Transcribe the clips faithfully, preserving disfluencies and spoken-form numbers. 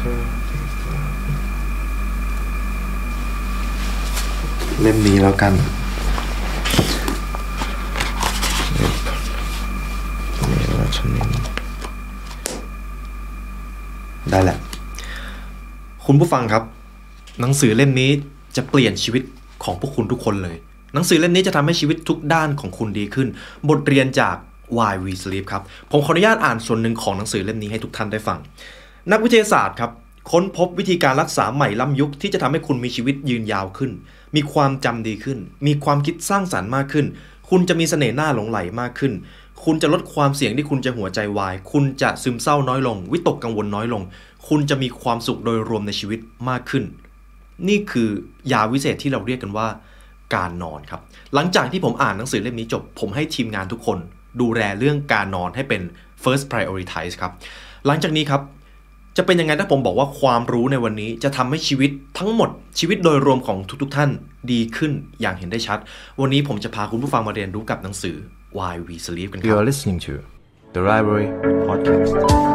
เล่มนี้แล้วกันได้แหละคุณผู้ฟังครับหนังสือเล่มนี้จะเปลี่ยนชีวิตของพวกคุณทุกคนเลยหนังสือเล่มนี้จะทำให้ชีวิตทุกด้านของคุณดีขึ้นบทเรียนจาก Why We Sleep ครับผมขออนุญาตอ่านส่วนหนึ่งของหนังสือเล่มนี้ให้ทุกท่านได้ฟังนักวิทยาศาสตร์ครับค้นพบวิธีการรักษาใหม่ล้ำยุคที่จะทำให้คุณมีชีวิตยืนยาวขึ้นมีความจำดีขึ้นมีความคิดสร้างสรรค์มากขึ้นคุณจะมีเสน่ห์หน้าหลงไหลมากขึ้นคุณจะลดความเสี่ยงที่คุณจะหัวใจวายคุณจะซึมเศร้าน้อยลงวิตกกังวลน้อยลงคุณจะมีความสุขโดยรวมในชีวิตมากขึ้นนี่คือยาวิเศษที่เราเรียกกันว่าการนอนครับหลังจากที่ผมอ่านหนังสือเล่มนี้จบผมให้ทีมงานทุกคนดูแลเรื่องการนอนให้เป็น first prioritize ครับหลังจากนี้ครับจะเป็นยังไงถ้าผมบอกว่าความรู้ในวันนี้จะทำให้ชีวิตทั้งหมดชีวิตโดยรวมของทุกๆท่านดีขึ้นอย่างเห็นได้ชัดวันนี้ผมจะพาคุณผู้ฟังมาเรียนรู้กับหนังสือ Why We Sleep กันครับ You are listening to The Library Podcast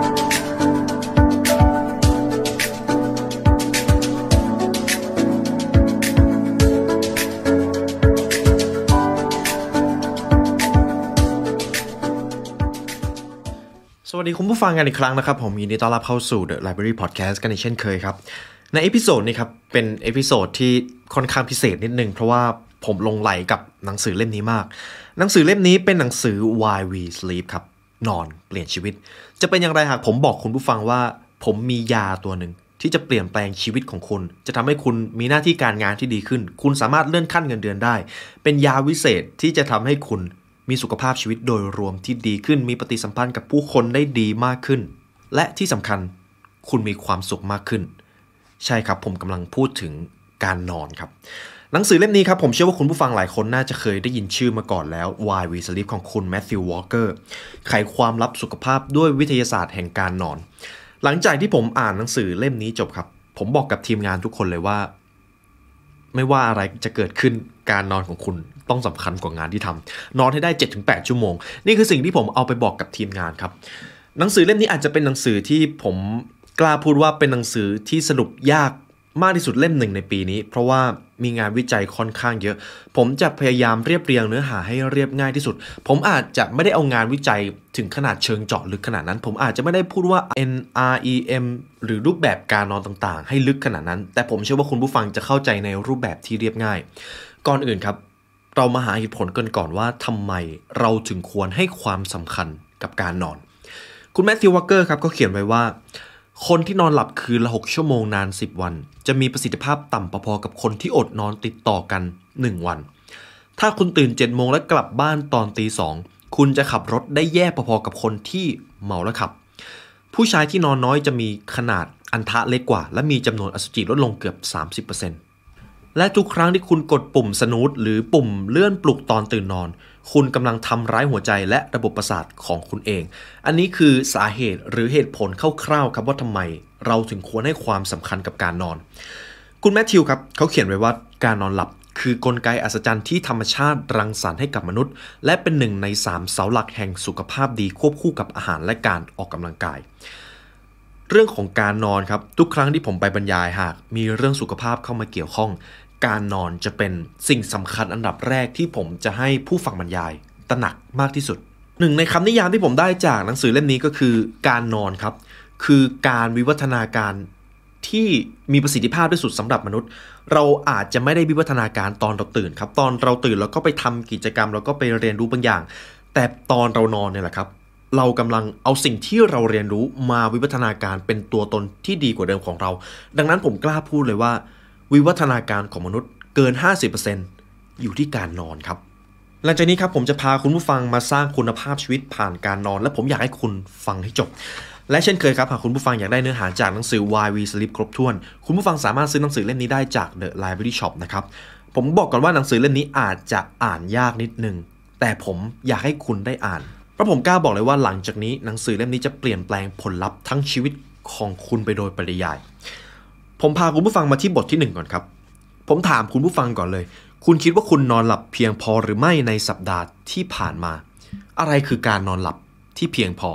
สวัสดีคุณผู้ฟังกันอีกครั้งนะครับผมยินดีต้อนรับเข้าสู่ The Library Podcast กันอีกเช่นเคยครับในเอพิโซดนี้ครับเป็นเอพิโซดที่ค่อนข้างพิเศษนิดนึงเพราะว่าผมลงไหลกับหนังสือเล่มนี้มากหนังสือเล่มนี้เป็นหนังสือ Why We Sleep ครับนอนเปลี่ยนชีวิตจะเป็นอย่างไรหากผมบอกคุณผู้ฟังว่าผมมียาตัวหนึ่งที่จะเปลี่ยนแปลงชีวิตของคุณจะทำให้คุณมีหน้าที่การงานที่ดีขึ้นคุณสามารถเลื่อนขั้นเงินเดือนได้เป็นยาวิเศษที่จะทำให้คุณมีสุขภาพชีวิตโดยรวมที่ดีขึ้นมีปฏิสัมพันธ์กับผู้คนได้ดีมากขึ้นและที่สำคัญคุณมีความสุขมากขึ้นใช่ครับผมกำลังพูดถึงการนอนครับหนังสือเล่มนี้ครับผมเชื่อว่าคุณผู้ฟังหลายคนน่าจะเคยได้ยินชื่อมาก่อนแล้ว Why We Sleep ของคุณแมทธิว วอลเกอร์ไขความลับสุขภาพด้วยวิทยาศาสตร์แห่งการนอนหลังจากที่ผมอ่านหนังสือเล่มนี้จบครับผมบอกกับทีมงานทุกคนเลยว่าไม่ว่าอะไรจะเกิดขึ้นการนอนของคุณต้องสำคัญกว่างานที่ทำนอนให้ได้ เจ็ดถึงแปด ชั่วโมงนี่คือสิ่งที่ผมเอาไปบอกกับทีมงานครับหนังสือเล่มนี้อาจจะเป็นหนังสือที่ผมกล้าพูดว่าเป็นหนังสือที่สรุปยากมากที่สุดเล่มหนึ่งในปีนี้เพราะว่ามีงานวิจัยค่อนข้างเยอะผมจะพยายามเรียบเรียงเนื้อหาให้เรียบง่ายที่สุดผมอาจจะไม่ได้เอางานวิจัยถึงขนาดเชิงเจาะลึกขนาดนั้นผมอาจจะไม่ได้พูดว่า เอ็น อาร์ อี เอ็ม หรือรูปแบบการนอนต่างๆให้ลึกขนาดนั้นแต่ผมเชื่อว่าคุณผู้ฟังจะเข้าใจในรูปแบบที่เรียบง่ายก่อนอื่นครับเรามาหาเหตุผลกันก่อนว่าทำไมเราถึงควรให้ความสำคัญกับการนอนคุณแมทธิว วอลเกอร์ครับก็เขียนไว้ว่าคนที่นอนหลับคืนละหกชั่วโมงนานสิบวันจะมีประสิทธิภาพต่ำพอๆกับคนที่อดนอนติดต่อกันหนึ่งวันถ้าคุณตื่นเจ็ดโมงและกลับบ้านตอนตีสองคุณจะขับรถได้แย่พอๆกับคนที่เมาแล้วขับผู้ชายที่นอนน้อยจะมีขนาดอันทะเล็กกว่าและมีจำนวนอสุจิลดลงเกือบ สามสิบเปอร์เซ็นต์ และทุกครั้งที่คุณกดปุ่มสนูซหรือปุ่มเลื่อนปลุกตอนตื่นนอนคุณกำลังทำร้ายหัวใจและระบบประสาทของคุณเองอันนี้คือสาเหตุหรือเหตุผลคร่าวๆครับว่าทำไมเราถึงควรให้ความสำคัญกับการนอนคุณแมทธิวครับเขาเขียนไว้ว่าการนอนหลับคือกลไกอัศจรรย์ที่ธรรมชาติรังสรรค์ให้กับมนุษย์และเป็นหนึ่งในสามเสาหลักแห่งสุขภาพดีควบคู่กับอาหารและการออกกำลังกายเรื่องของการนอนครับทุกครั้งที่ผมไปบรรยายหากมีเรื่องสุขภาพเข้ามาเกี่ยวข้องการนอนจะเป็นสิ่งสำคัญอันดับแรกที่ผมจะให้ผู้ฟังบรรยายตระหนักมากที่สุดหนึ่งในคำนิยามที่ผมได้จากหนังสือเล่มนี้ก็คือการนอนครับคือการวิวัฒนาการที่มีประสิทธิภาพที่สุดสำหรับมนุษย์เราอาจจะไม่ได้วิวัฒนาการตอนเราตื่นครับตอนเราตื่นเราก็ไปทำกิจกรรมเราก็ไปเรียนรู้บางอย่างแต่ตอนเรานอนเนี่ยแหละครับเรากำลังเอาสิ่งที่เราเรียนรู้มาวิวัฒนาการเป็นตัวตนที่ดีกว่าเดิมของเราดังนั้นผมกล้าพูดเลยว่าวิวัฒนาการของมนุษย์เกิน ห้าสิบเปอร์เซ็นต์ อยู่ที่การนอนครับหลังจากนี้ครับผมจะพาคุณผู้ฟังมาสร้างคุณภาพชีวิตผ่านการนอนและผมอยากให้คุณฟังให้จบและเช่นเคยครับหากคุณผู้ฟังอยากได้เนื้อหาจากหนังสือ Why We Sleep ครบถ้วนคุณผู้ฟังสามารถซื้อหนังสือเล่มนี้ได้จาก The Library Shop นะครับผมบอกก่อนว่าหนังสือเล่มนี้อาจจะอ่านยากนิดนึงแต่ผมอยากให้คุณได้อ่านเพราะผมกล้าบอกเลยว่าหลังจากนี้หนังสือเล่มนี้จะเปลี่ยนแปลงผลลัพธ์ทั้งชีวิตของคุณไปโดยปริยายผมพาคุณผู้ฟังมาที่บทที่หนึ่งก่อนครับผมถามคุณผู้ฟังก่อนเลยคุณคิดว่าคุณนอนหลับเพียงพอหรือไม่ในสัปดาห์ที่ผ่านมาอะไรคือการนอนหลับที่เพียงพอ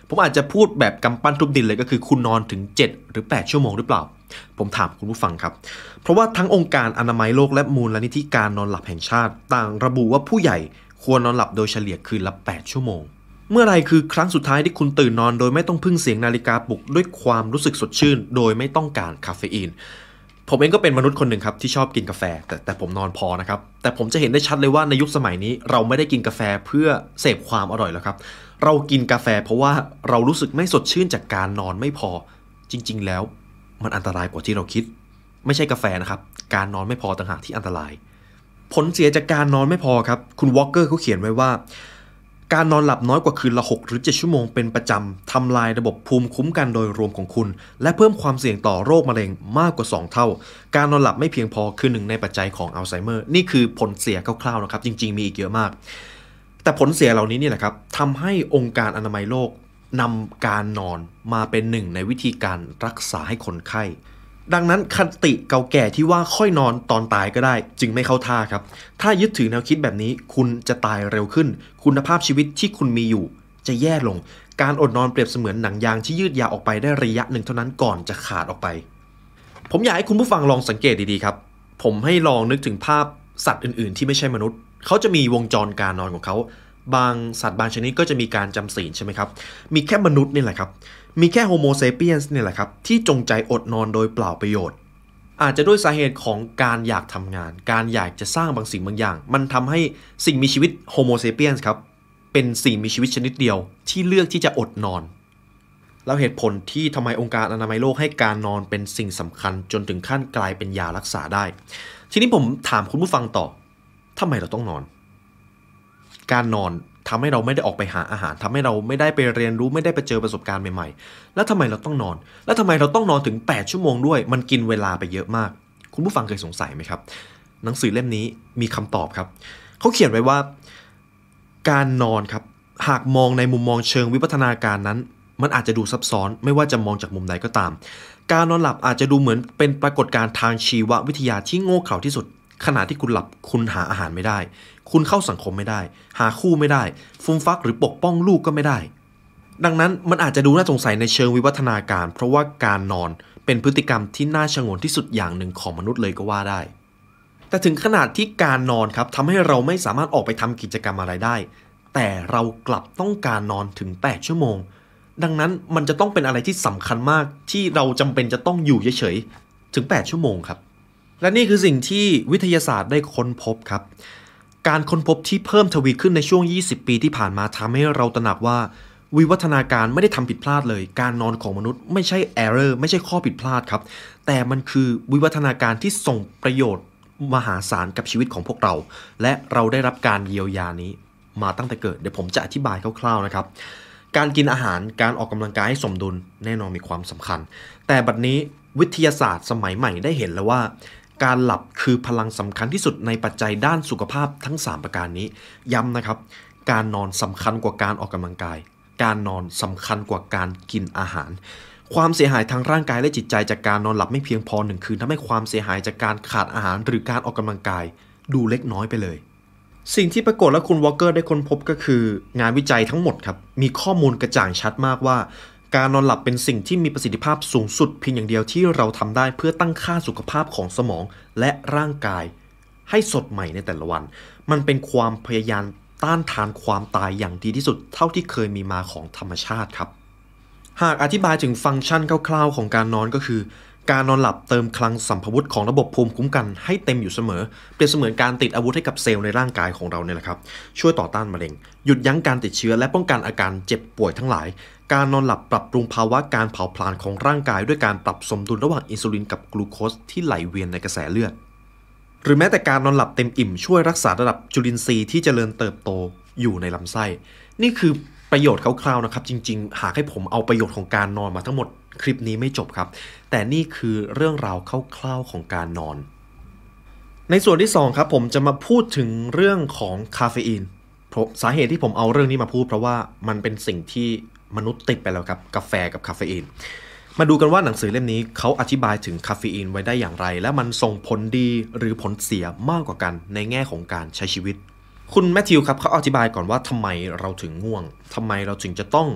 ผมอาจจะพูดแบบกำปั้นทุบดินเลยก็คือคุณนอนถึงเจ็ดหรือแปดชั่วโมงหรือเปล่าผมถามคุณผู้ฟังครับเพราะว่าทั้งองค์การอนามัยโลกและมูลนิธิการนอนหลับแห่งชาติต่างระบุว่าผู้ใหญ่ควรนอนหลับโดยเฉลี่ยคืนละแปดชั่วโมงเมื่อไรคือครั้งสุดท้ายที่คุณตื่นนอนโดยไม่ต้องพึ่งเสียงนาฬิกาปลุกด้วยความรู้สึกสดชื่นโดยไม่ต้องการคาเฟอีนผมเองก็เป็นมนุษย์คนหนึ่งครับที่ชอบกินกาแฟแต่แต่ผมนอนพอนะครับแต่ผมจะเห็นได้ชัดเลยว่าในยุคสมัยนี้เราไม่ได้กินกาแฟเพื่อเสพความอร่อยแล้วครับเรากินกาแฟเพราะว่าเรารู้สึกไม่สดชื่นจากการนอนไม่พอจริงๆแล้วมันอันตรายกว่าที่เราคิดไม่ใช่กาแฟนะครับการนอนไม่พอต่างหากที่อันตรายผลเสียจากการนอนไม่พอครับคุณวอลเกอร์เขาเขียนไว้ว่าการนอนหลับน้อยกว่าคืนละหกหรือเจ็ดชั่วโมงเป็นประจำทำลายระบบภูมิคุ้มกันโดยรวมของคุณและเพิ่มความเสี่ยงต่อโรคมะเร็งมากกว่าสองเท่าการนอนหลับไม่เพียงพอคือหนึ่งในปัจจัยของอัลไซเมอร์นี่คือผลเสียคร่าวๆนะครับจริงๆมีอีกเยอะมากแต่ผลเสียเหล่านี้นี่แหละครับทำให้องค์การอนามัยโลกนำการนอนมาเป็นหนึ่งในวิธีการรักษาให้คนไข้ดังนั้นคติเก่าแก่ที่ว่าค่อยนอนตอนตายก็ได้จึงไม่เข้าท่าครับถ้ายึดถือแนวคิดแบบนี้คุณจะตายเร็วขึ้นคุณภาพชีวิตที่คุณมีอยู่จะแย่ลงการอดนอนเปรียบเสมือนหนังยางที่ยืดยาวออกไปได้ระยะหนึ่งเท่านั้นก่อนจะขาดออกไปผมอยากให้คุณผู้ฟังลองสังเกตดีๆครับผมให้ลองนึกถึงภาพสัตว์อื่นๆที่ไม่ใช่มนุษย์เขาจะมีวงจรการนอนของเขาบางสัตว์บางชนิดก็จะมีการจำศีลใช่ไหมครับมีแค่มนุษย์นี่แหละครับมีแค่โฮโมเซเปียนส์เนี่ยแหละครับที่จงใจอดนอนโดยเปล่าประโยชน์อาจจะด้วยสาเหตุของการอยากทำงานการอยากจะสร้างบางสิ่งบางอย่างมันทำให้สิ่งมีชีวิตโฮโมเซเปียนส์ครับเป็นสิ่งมีชีวิตชนิดเดียวที่เลือกที่จะอดนอนแล้วเหตุผลที่ทำไมองค์การอนามัยโลกให้การนอนเป็นสิ่งสำคัญจนถึงขั้นกลายเป็นยารักษาได้ทีนี้ผมถามคุณผู้ฟังต่อทำไมเราต้องนอนการนอนทำให้เราไม่ได้ออกไปหาอาหารทำให้เราไม่ได้ไปเรียนรู้ไม่ได้ไปเจอประสบการณ์ใหม่ๆแล้วทำไมเราต้องนอนแล้วทำไมเราต้องนอนถึงแปดชั่วโมงด้วยมันกินเวลาไปเยอะมากคุณผู้ฟังเคยสงสัยไหมครับหนังสือเล่มนี้มีคำตอบครับเขาเขียนไว้ว่าการนอนครับหากมองในมุมมองเชิงวิวัฒนาการนั้นมันอาจจะดูซับซ้อนไม่ว่าจะมองจากมุมใดก็ตามการนอนหลับอาจจะดูเหมือนเป็นปรากฏการณ์ทางชีววิทยาที่โง่เขลาที่สุดขณะที่คุณหลับคุณหาอาหารไม่ได้คุณเข้าสังคมไม่ได้หาคู่ไม่ได้ฟุ่มฟักหรือปกป้องลูกก็ไม่ได้ดังนั้นมันอาจจะดูน่าสงสัยในเชิงวิวัฒนาการเพราะว่าการนอนเป็นพฤติกรรมที่น่าชงนที่สุดอย่างหนึ่งของมนุษย์เลยก็ว่าได้แต่ถึงขนาดที่การนอนครับทำให้เราไม่สามารถออกไปทำกิจกรรมอะไรได้แต่เรากลับต้องการนอนถึงแปดชั่วโมงดังนั้นมันจะต้องเป็นอะไรที่สำคัญมากที่เราจำเป็นจะต้องอยู่เฉยๆถึงแปดชั่วโมงครับและนี่คือสิ่งที่วิทยาศาสตร์ได้ค้นพบครับการค้นพบที่เพิ่มทวีขึ้นในช่วงยี่สิบปีที่ผ่านมาทำให้เราตระหนักว่าวิวัฒนาการไม่ได้ทำผิดพลาดเลยการนอนของมนุษย์ไม่ใช่ error ไม่ใช่ข้อผิดพลาดครับแต่มันคือวิวัฒนาการที่ส่งประโยชน์มหาศาลกับชีวิตของพวกเราและเราได้รับการเยียวยานี้มาตั้งแต่เกิดเดี๋ยวผมจะอธิบายคร่าวๆนะครับการกินอาหารการออกกำลังกายให้สมดุลแน่นอนมีความสำคัญแต่บัดนี้วิทยาศาสตร์สมัยใหม่ได้เห็นแล้วว่าการหลับคือพลังสำคัญที่สุดในปัจจัยด้านสุขภาพทั้งสามประการนี้ย้ำนะครับการนอนสำคัญกว่าการออกกำลังกายการนอนสำคัญกว่าการกินอาหารความเสียหายทางร่างกายและจิตใจจากการนอนหลับไม่เพียงพอหนึ่งคืนทำให้ความเสียหายจากการขาดอาหารหรือการออกกำลังกายดูเล็กน้อยไปเลยสิ่งที่ปรากฏและคุณวอลเกอร์ได้ค้นพบก็คืองานวิจัยทั้งหมดครับมีข้อมูลกระจ่างชัดมากว่าการนอนหลับเป็นสิ่งที่มีประสิทธิภาพสูงสุดเพียงอย่างเดียวที่เราทำได้เพื่อตั้งค่าสุขภาพของสมองและร่างกายให้สดใหม่ในแต่ละวันมันเป็นความพยายามต้านทานความตายอย่างดีที่สุดเท่าที่เคยมีมาของธรรมชาติครับหากอธิบายถึงฟังก์ชันคร่าวๆของการนอนก็คือการนอนหลับเติมคลังสัมภวุธของระบบภูมิคุ้มกันให้เต็มอยู่เสมอเปรียบเสมือนการติดอาวุธให้กับเซลล์ในร่างกายของเราเนี่ยแหละครับช่วยต่อต้านมะเร็งหยุดยั้งการติดเชื้อและป้องกันอาการเจ็บป่วยทั้งหลายการนอนหลับปรับปรุงภาวะการเผาผลาญของร่างกายด้วยการปรับสมดุลระหว่างอินซูลินกับกลูโคสที่ไหลเวียนในกระแสเลือดหรือแม้แต่การนอนหลับเต็มอิ่มช่วยรักษาระดับจุลินทรีย์ที่เจริญเติบโตอยู่ในลำไส้นี่คือประโยชน์คร่าวๆนะครับจริงๆหากให้ผมเอาประโยชน์ของการนอนมาทั้งหมดคลิปนี้ไม่จบครับแต่นี่คือเรื่องราวคร่าวๆของการนอนในส่วนที่สองครับผมจะมาพูดถึงเรื่องของคาเฟอีนสาเหตุที่ผมเอาเรื่องนี้มาพูดเพราะว่ามันเป็นสิ่งที่มนุษย์ติดไปแล้วครับกาแฟกับคาเฟอีนมาดูกันว่าหนังสือเล่มนี้เขาอธิบายถึงคาเฟอีนไว้ได้อย่างไรและมันส่งผลดีหรือผลเสียมากกว่ากันในแง่ของการใช้ชีวิตคุณแมทธิวครับเขาอธิบายก่อนว่าทำไมเราถึงง่วงทำไมเราถึงจะต้อง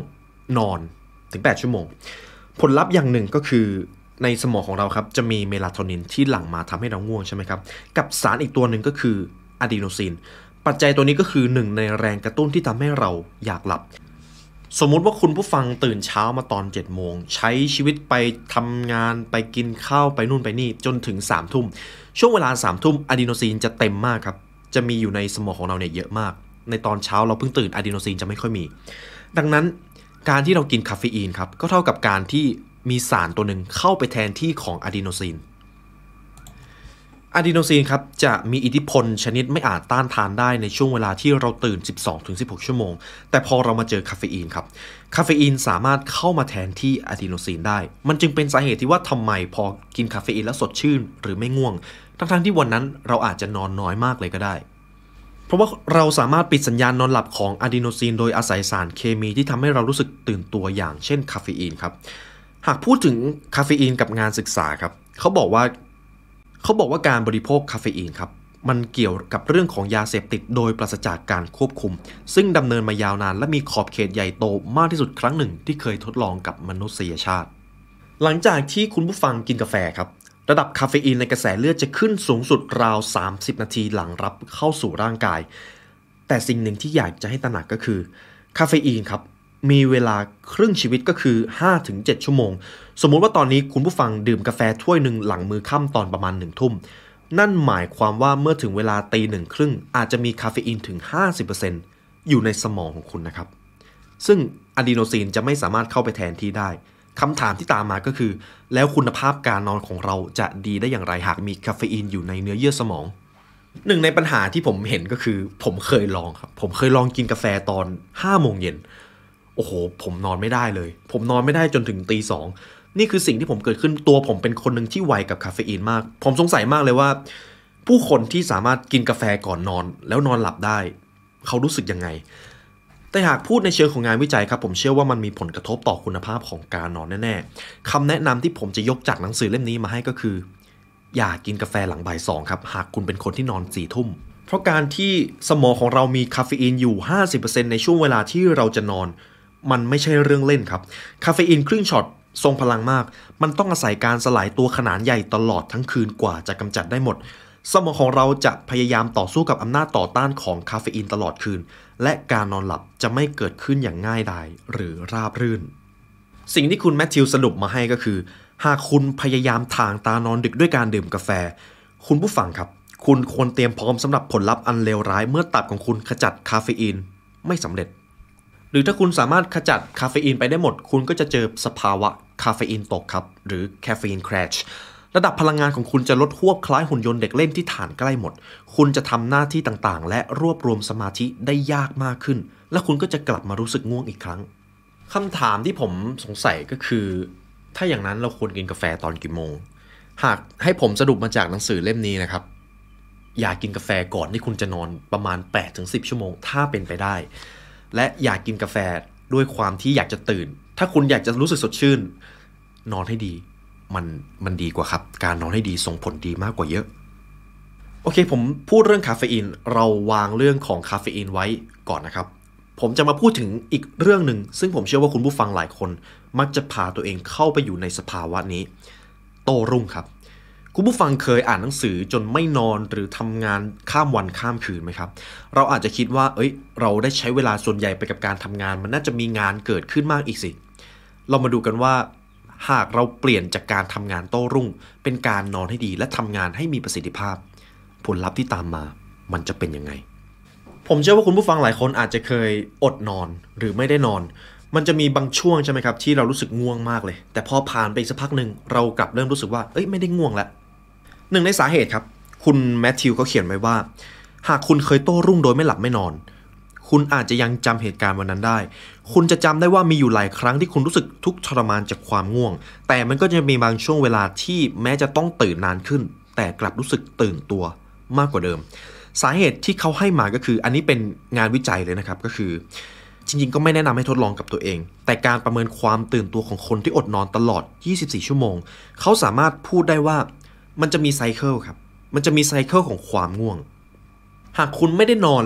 นอนถึงแปดชั่วโมงผลลัพธ์อย่างหนึ่งก็คือในสมองของเราครับจะมีเมลาโทนินที่หลั่งมาทำให้เราง่วงใช่ไหมครับกับสารอีกตัวหนึ่งก็คืออะดีโนซินปัจจัยตัวนี้ก็คือหนึ่งในแรงกระตุ้นที่ทำให้เราอยากหลับสมมุติว่าคุณผู้ฟังตื่นเช้ามาตอนเจ็ดโมงใช้ชีวิตไปทำงานไปกินข้าวไปนู่นไปนี่จนถึงสามทุ่มช่วงเวลาสามทุ่มอะดีโนซินจะเต็มมากครับจะมีอยู่ในสมองของเราเนี่ยเยอะมากในตอนเช้าเราเพิ่งตื่นอะดีโนซินจะไม่ค่อยมีดังนั้นการที่เรากินคาเฟอีนครับก็เท่ากับการที่มีสารตัวหนึ่งเข้าไปแทนที่ของอะดีโนซินอะดีโนซินครับจะมีอิทธิพลชนิดไม่อาจต้านทานได้ในช่วงเวลาที่เราตื่น สิบสองถึงสิบหก ชั่วโมงแต่พอเรามาเจอคาเฟอีนครับคาเฟอีนสามารถเข้ามาแทนที่อะดีโนซินได้มันจึงเป็นสาเหตุที่ว่าทำไมพอกินคาเฟอีนแล้วสดชื่นหรือไม่ง่วงทั้งๆที่วันนั้นเราอาจจะนอนน้อยมากเลยก็ได้เพราะว่าเราสามารถปิดสัญญาณนอนหลับของอะดีโนซินโดยอาศัยสารเคมีที่ทำให้เรารู้สึกตื่นตัวอย่างเช่นคาเฟอีนครับหากพูดถึงคาเฟอีนกับงานศึกษาครับเขาบอกว่าเขาบอกว่าการบริโภคคาเฟอีนครับมันเกี่ยวกับเรื่องของยาเสพติดโดยปราศจากการควบคุมซึ่งดำเนินมายาวนานและมีขอบเขตใหญ่โตมากที่สุดครั้งหนึ่งที่เคยทดลองกับมนุษยชาติหลังจากที่คุณผู้ฟังกินกาแฟครับระดับคาเฟอีนในกระแสเลือดจะขึ้นสูงสุดราวสามสิบนาทีหลังรับเข้าสู่ร่างกายแต่สิ่งหนึ่งที่อยากจะให้ตระหนักก็คือคาเฟอีนครับมีเวลาครึ่งชีวิตก็คือ ห้าถึงเจ็ด ชั่วโมงสมมุติว่าตอนนี้คุณผู้ฟังดื่มกาแฟถ้วยหนึ่งหลังมื้อค่ำตอนประมาณหนึ่งทุ่มนั่นหมายความว่าเมื่อถึงเวลาตีหนึ่งครึ่งอาจจะมีคาเฟอีนถึง ห้าสิบเปอร์เซ็นต์ อยู่ในสมองของคุณนะครับซึ่งอะดีโนซินจะไม่สามารถเข้าไปแทนที่ได้คำถามที่ตามมาก็คือแล้วคุณภาพการนอนของเราจะดีได้อย่างไรหากมีคาเฟอีนอยู่ในเนื้อเยื่อสมองหนึ่งในปัญหาที่ผมเห็นก็คือผมเคยลองครับผมเคยลองกินกาแฟตอนห้าโมงเย็นโอ้โหผมนอนไม่ได้เลยผมนอนไม่ได้จนถึงตีสองนี่คือสิ่งที่ผมเกิดขึ้นตัวผมเป็นคนหนึ่งที่ไวกับคาเฟอีนมากผมสงสัยมากเลยว่าผู้คนที่สามารถกินกาแฟก่อนนอนแล้วนอนหลับได้เขารู้สึกยังไงแต่หากพูดในเชิงของงานวิจัยครับผมเชื่อว่ามันมีผลกระทบต่อคุณภาพของการนอนแน่ๆคำแนะนำที่ผมจะยกจากหนังสือเล่มนี้มาให้ก็คืออย่ากินกาแฟหลังบ่ายสองครับหากคุณเป็นคนที่นอนสี่ทุ่มเพราะการที่สมองของเรามีคาเฟอีนอยู่ ห้าสิบเปอร์เซ็นต์ ในช่วงเวลาที่เราจะนอนมันไม่ใช่เรื่องเล่นครับคาเฟอีนครึ่งช็อตทรงพลังมากมันต้องอาศัยการสลายตัวขนาดใหญ่ตลอดทั้งคืนกว่าจะกำจัดได้หมดสมองของเราจะพยายามต่อสู้กับอำนาจต่อต้านของคาเฟอีนตลอดคืนและการนอนหลับจะไม่เกิดขึ้นอย่างง่ายดายหรือราบรื่นสิ่งที่คุณแมทธิวสรุปมาให้ก็คือหากคุณพยายามทางตานอนดึกด้วยการดื่มกาแฟคุณผู้ฟังครับคุณควรเตรียมพร้อมสำหรับผลลัพธ์อันเลวร้ายเมื่อตับของคุณขจัดคาเฟอีนไม่สำเร็จหรือถ้าคุณสามารถขจัดคาเฟอีนไปได้หมดคุณก็จะเจอสภาวะคาเฟอีนตกครับหรือคาเฟอีนแครชระดับพลังงานของคุณจะลดหวบคล้ายหุ่นยนต์เด็กเล่นที่ฐานใกล้หมดคุณจะทำหน้าที่ต่างๆและรวบรวมสมาธิได้ยากมากขึ้นและคุณก็จะกลับมารู้สึกง่วงอีกครั้งคำถามที่ผมสงสัยก็คือถ้าอย่างนั้นเราควรกินกาแฟตอนกี่โมงหากให้ผมสรุปมาจากหนังสือเล่มนี้นะครับอย่ากินกาแฟก่อนที่คุณจะนอนประมาณ แปดถึงสิบ ชั่วโมงถ้าเป็นไปได้และอย่ากินกาแฟด้วยความที่อยากจะตื่นถ้าคุณอยากจะรู้สึกสดชื่นนอนให้ดีมันมันดีกว่าครับการนอนให้ดีส่งผลดีมากกว่าเยอะโอเคผมพูดเรื่องคาเฟอีนเราวางเรื่องของคาเฟอีนไว้ก่อนนะครับผมจะมาพูดถึงอีกเรื่องหนึ่งซึ่งผมเชื่อว่าคุณผู้ฟังหลายคนมักจะพาตัวเองเข้าไปอยู่ในสภาวะนี้โต้รุ่งครับคุณผู้ฟังเคยอ่านหนังสือจนไม่นอนหรือทำงานข้ามวันข้ามคืนไหมครับเราอาจจะคิดว่าเอ้ยเราได้ใช้เวลาส่วนใหญ่ไปกับการทำงานมันน่าจะมีงานเกิดขึ้นมากอีกสิเรามาดูกันว่าหากเราเปลี่ยนจากการทำงานโต้รุ่งเป็นการนอนให้ดีและทำงานให้มีประสิทธิภาพผลลัพธ์ที่ตามมามันจะเป็นยังไงผมเชื่อว่าคุณผู้ฟังหลายคนอาจจะเคยอดนอนหรือไม่ได้นอนมันจะมีบางช่วงใช่ไหมครับที่เรารู้สึกง่วงมากเลยแต่พอผ่านไปสักพักหนึ่งเรากลับเริ่มรู้สึกว่าเอ้ยไม่ได้ง่วงแล้วหนึ่งในสาเหตุครับคุณแมทธิวเขาเขียนไว้ว่าหากคุณเคยโต้รุ่งโดยไม่หลับไม่นอนคุณอาจจะยังจำเหตุการณ์วันนั้นได้คุณจะจำได้ว่ามีอยู่หลายครั้งที่คุณรู้สึกทุกข์ทรมานจากความง่วงแต่มันก็จะมีบางช่วงเวลาที่แม้จะต้องตื่นนานขึ้นแต่กลับรู้สึกตื่นตัวมากกว่าเดิมสาเหตุที่เขาให้มาก็คืออันนี้เป็นงานวิจัยเลยนะครับก็คือจริงๆก็ไม่แนะนำให้ทดลองกับตัวเองแต่การประเมินความตื่นตัวของคนที่อดนอนตลอดยี่สิบสี่ชั่วโมงเขาสามารถพูดได้ว่ามันจะมีไซเคิลครับมันจะมีไซเคิลของความง่วงหากคุณไม่ได้นอนเลยเนี่ย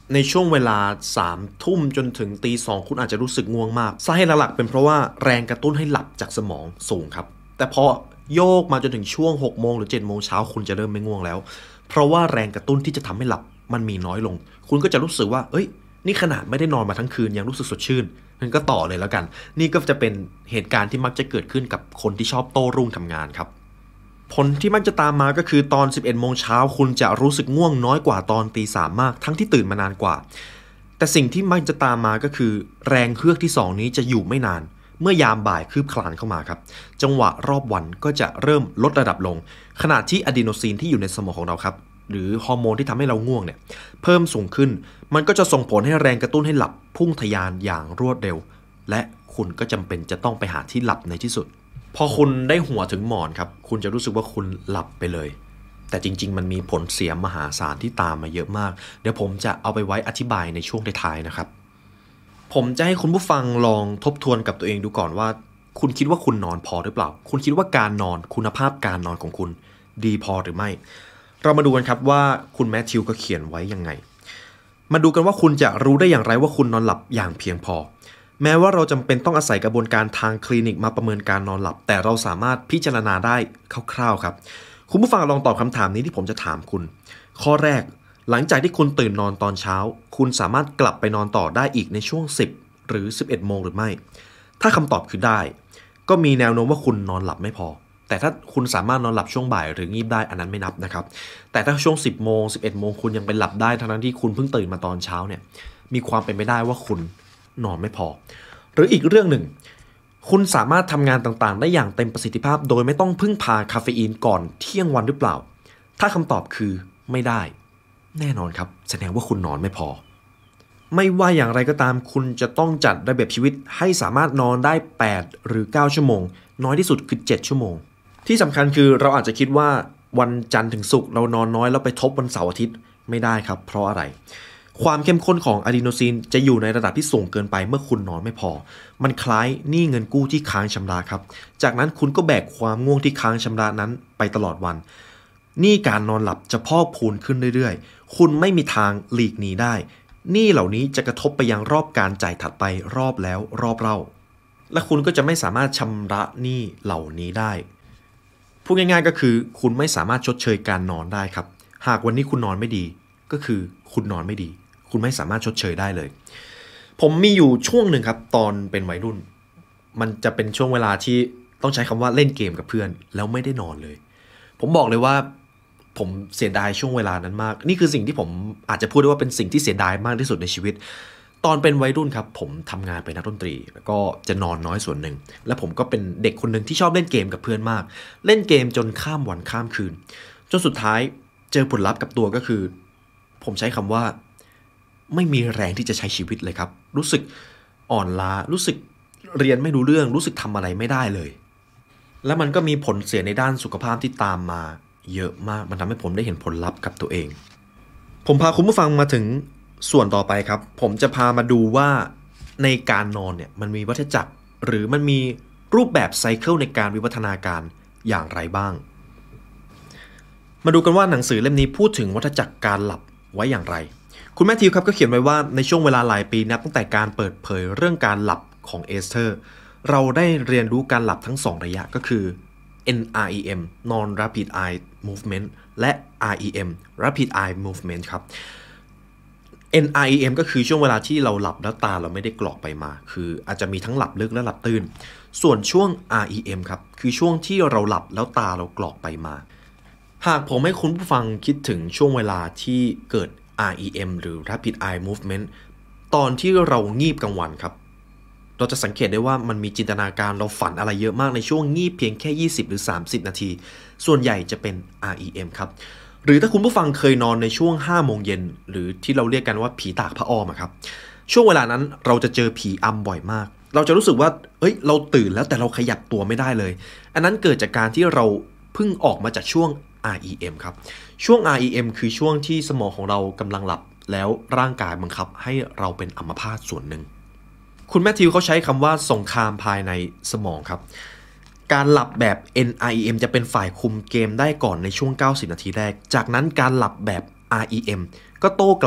ในช่วงเวลาสามทุ่มจนถึงตีสองคุณอาจจะรู้สึกง่วงมากสาเหตุหลักๆเป็นเพราะว่าแรงกระตุ้นให้หลับจากสมองสูงครับแต่พอโยกมาจนถึงช่วงหกโมงหรือเจ็ดโมงเช้าคุณจะเริ่มไม่ง่วงแล้วเพราะว่าแรงกระตุ้นที่จะทำให้หลับมันมีน้อยลงคุณก็จะรู้สึกว่าเอ้ยนี่ขนาดไม่ได้นอนมาทั้งคืนยังรู้สึกสดชื่นงั้นก็ต่อเลยแล้วกันนี่ก็จะเป็นเหตุการณ์ที่มักจะเกิดขึ้นกับคนที่ชอบโต้รุ่งทำงานครับผลที่มักจะตามมาก็คือตอน สิบเอ็ดโมงเช้าคุณจะรู้สึกง่วงน้อยกว่าตอนตีสามมากทั้งที่ตื่นมานานกว่าแต่สิ่งที่มักจะตามมาก็คือแรงเฮือกที่สองนี้จะอยู่ไม่นานเมื่อยามบ่ายคืบคลานเข้ามาครับจังหวะรอบวันก็จะเริ่มลดระดับลงขณะที่อะดรีนาลีนที่อยู่ในสมองของเราครับหรือฮอร์โมนที่ทำให้เราง่วงเนี่ยเพิ่มสูงขึ้นมันก็จะส่งผลให้แรงกระตุ้นให้หลับพุ่งทะยานอย่างรวดเร็วและคุณก็จำเป็นจะต้องไปหาที่หลับในที่สุดพอคุณได้หัวถึงหมอนครับคุณจะรู้สึกว่าคุณหลับไปเลยแต่จริงๆมันมีผลเสียมหาศาลที่ตามมาเยอะมากเดี๋ยวผมจะเอาไปไว้อธิบายในช่วงท้ายๆนะครับผมจะให้คุณผู้ฟังลองทบทวนกับตัวเองดูก่อนว่าคุณคิดว่าคุณนอนพอหรือเปล่าคุณคิดว่าการนอนคุณภาพการนอนของคุณดีพอหรือไม่เรามาดูกันครับว่าคุณแมทธิวก็เขียนไว้ยังไงมาดูกันว่าคุณจะรู้ได้อย่างไรว่าคุณนอนหลับอย่างเพียงพอแม้ว่าเราจำเป็นต้องอาศัยกระบวนการทางคลินิกมาประเมินการนอนหลับแต่เราสามารถพิจารณาได้คร่าวๆครับคุณผู้ฟังลองตอบคำถามนี้ที่ผมจะถามคุณข้อแรกหลังจากที่คุณตื่นนอนตอนเช้าคุณสามารถกลับไปนอนต่อได้อีกในช่วงสิบหรือสิบเอ็ดโมงหรือไม่ถ้าคำตอบคือได้ก็มีแนวโน้มว่าคุณนอนหลับไม่พอแต่ถ้าคุณสามารถนอนหลับช่วงบ่ายหรืองีบได้อันนั้นไม่นับนะครับแต่ถ้าช่วงสิบโมงสิบเอ็ดโมงคุณยังไปหลับได้ทั้งที่คุณเพิ่งตื่นมาตอนเช้าเนี่ยมีความเป็นไปได้ว่าคุณนอนไม่พอหรืออีกเรื่องหนึ่งคุณสามารถทำงานต่างๆได้อย่างเต็มประสิทธิภาพโดยไม่ต้องพึ่งพาคาเฟอีนก่อนเที่ยงวันหรือเปล่าถ้าคำตอบคือไม่ได้แน่นอนครับแสดงว่าคุณนอนไม่พอไม่ว่าอย่างไรก็ตามคุณจะต้องจัดระเบียบชีวิตให้สามารถนอนได้แปดหรือเก้าชั่วโมงน้อยที่สุดคือเจ็ดชั่วโมงที่สำคัญคือเราอาจจะคิดว่าวันจันทร์ถึงศุกร์เรานอนน้อยแล้วไปทบวันเสาร์อาทิตย์ไม่ได้ครับเพราะอะไรความเข้มข้นของอะดรีนาลีนจะอยู่ในระดับที่สูงเกินไปเมื่อคุณนอนไม่พอมันคล้ายหนี้เงินกู้ที่ค้างชำระครับจากนั้นคุณก็แบกความง่วงที่ค้างชำระนั้นไปตลอดวันหนี้การนอนหลับจะพอกพูนขึ้นเรื่อยๆคุณไม่มีทางหลีกหนีได้หนี้เหล่านี้จะกระทบไปยังรอบการจ่ายถัดไปรอบแล้วรอบเล่าและคุณก็จะไม่สามารถชำระหนี้เหล่านี้ได้พูดง่ายๆก็คือคุณไม่สามารถชดเชยการนอนได้ครับหากวันนี้คุณนอนไม่ดีก็คือคุณนอนไม่ดีคุณไม่สามารถชดเชยได้เลยผมมีอยู่ช่วงหนึ่งครับตอนเป็นวัยรุ่นมันจะเป็นช่วงเวลาที่ต้องใช้คำว่าเล่นเกมกับเพื่อนแล้วไม่ได้นอนเลยผมบอกเลยว่าผมเสียดายช่วงเวลานั้นมากนี่คือสิ่งที่ผมอาจจะพูดได้ว่าเป็นสิ่งที่เสียดายมากที่สุดในชีวิตตอนเป็นวัยรุ่นครับผมทำงานเป็นนักดนตรีแล้วก็จะนอนน้อยส่วนหนึ่งและผมก็เป็นเด็กคนหนึ่งที่ชอบเล่นเกมกับเพื่อนมากเล่นเกมจนข้ามวันข้ามคืนจนสุดท้ายเจอผลลัพธ์กับตัวก็คือผมใช้คำว่าไม่มีแรงที่จะใช้ชีวิตเลยครับรู้สึกอ่อนล้ารู้สึกเรียนไม่รู้เรื่องรู้สึกทำอะไรไม่ได้เลยและมันก็มีผลเสียในด้านสุขภาพที่ตามมาเยอะมากมันทำให้ผมได้เห็นผลลัพธ์กับตัวเองผมพาคุณผู้ฟังมาถึงส่วนต่อไปครับผมจะพามาดูว่าในการนอนเนี่ยมันมีวัฏจักรหรือมันมีรูปแบบไซเคิลในการวิวัฒนาการอย่างไรบ้างมาดูกันว่าหนังสือเล่มนี้พูดถึงวัฏจักรการหลับไว้อย่างไรคุณแมทธิวครับก็เขียนไว้ว่าในช่วงเวลาหลายปีนับตั้งแต่การเปิดเผยเรื่องการหลับของเอสเธอร์เราได้เรียนรู้การหลับทั้งสองระยะก็คือ เอ็น อาร์ อี เอ็ม Non Rapid Eye Movement และ อาร์ อี เอ็ม Rapid Eye Movement ครับ เอ็น อาร์ อี เอ็ม ก็คือช่วงเวลาที่เราหลับแล้วตาเราไม่ได้กรอกไปมาคืออาจจะมีทั้งหลับลึกและหลับตื่นส่วนช่วง อาร์ อี เอ็ม ครับคือช่วงที่เราหลับแล้วตาเรากรอกไปมาหากผมให้คุณผู้ฟังคิดถึงช่วงเวลาที่เกิด อาร์ อี เอ็ม หรือ Rapid Eye Movement ตอนที่เรางีบกลางวันครับเราจะสังเกตได้ว่ามันมีจินตนาการเราฝันอะไรเยอะมากในช่วงงีบเพียงแค่ยี่สิบหรือสามสิบนาทีส่วนใหญ่จะเป็น อาร์ อี เอ็ม ครับหรือถ้าคุณผู้ฟังเคยนอนในช่วงห้าโมงเย็นหรือที่เราเรียกกันว่าผีตากผ้าอ้อมครับช่วงเวลานั้นเราจะเจอผีอำบ่อยมากเราจะรู้สึกว่าเอ้ยเราตื่นแล้วแต่เราขยับตัวไม่ได้เลยอันนั้นเกิดจากการที่เราเพิ่งออกมาจากช่วง อาร์ อี เอ็ม ครับช่วง อาร์ อี เอ็ม คือช่วงที่สมองของเรากำลังหลับแล้วร่างกายบังคับให้เราเป็นอัมพาตส่วนหนึ่งคุณแมทธิวเขาใช้คำว่าสงครามภายในสมองครับการหลับแบบ เอ็น อาร์ อี เอ็ม จะเป็นฝ่ายคุมเกมได้ก่อนในช่วงเก้าสิบนาทีแรกจากนั้นการหลับแบบ อาร์ อี เอ็ม ก็โต้กลับ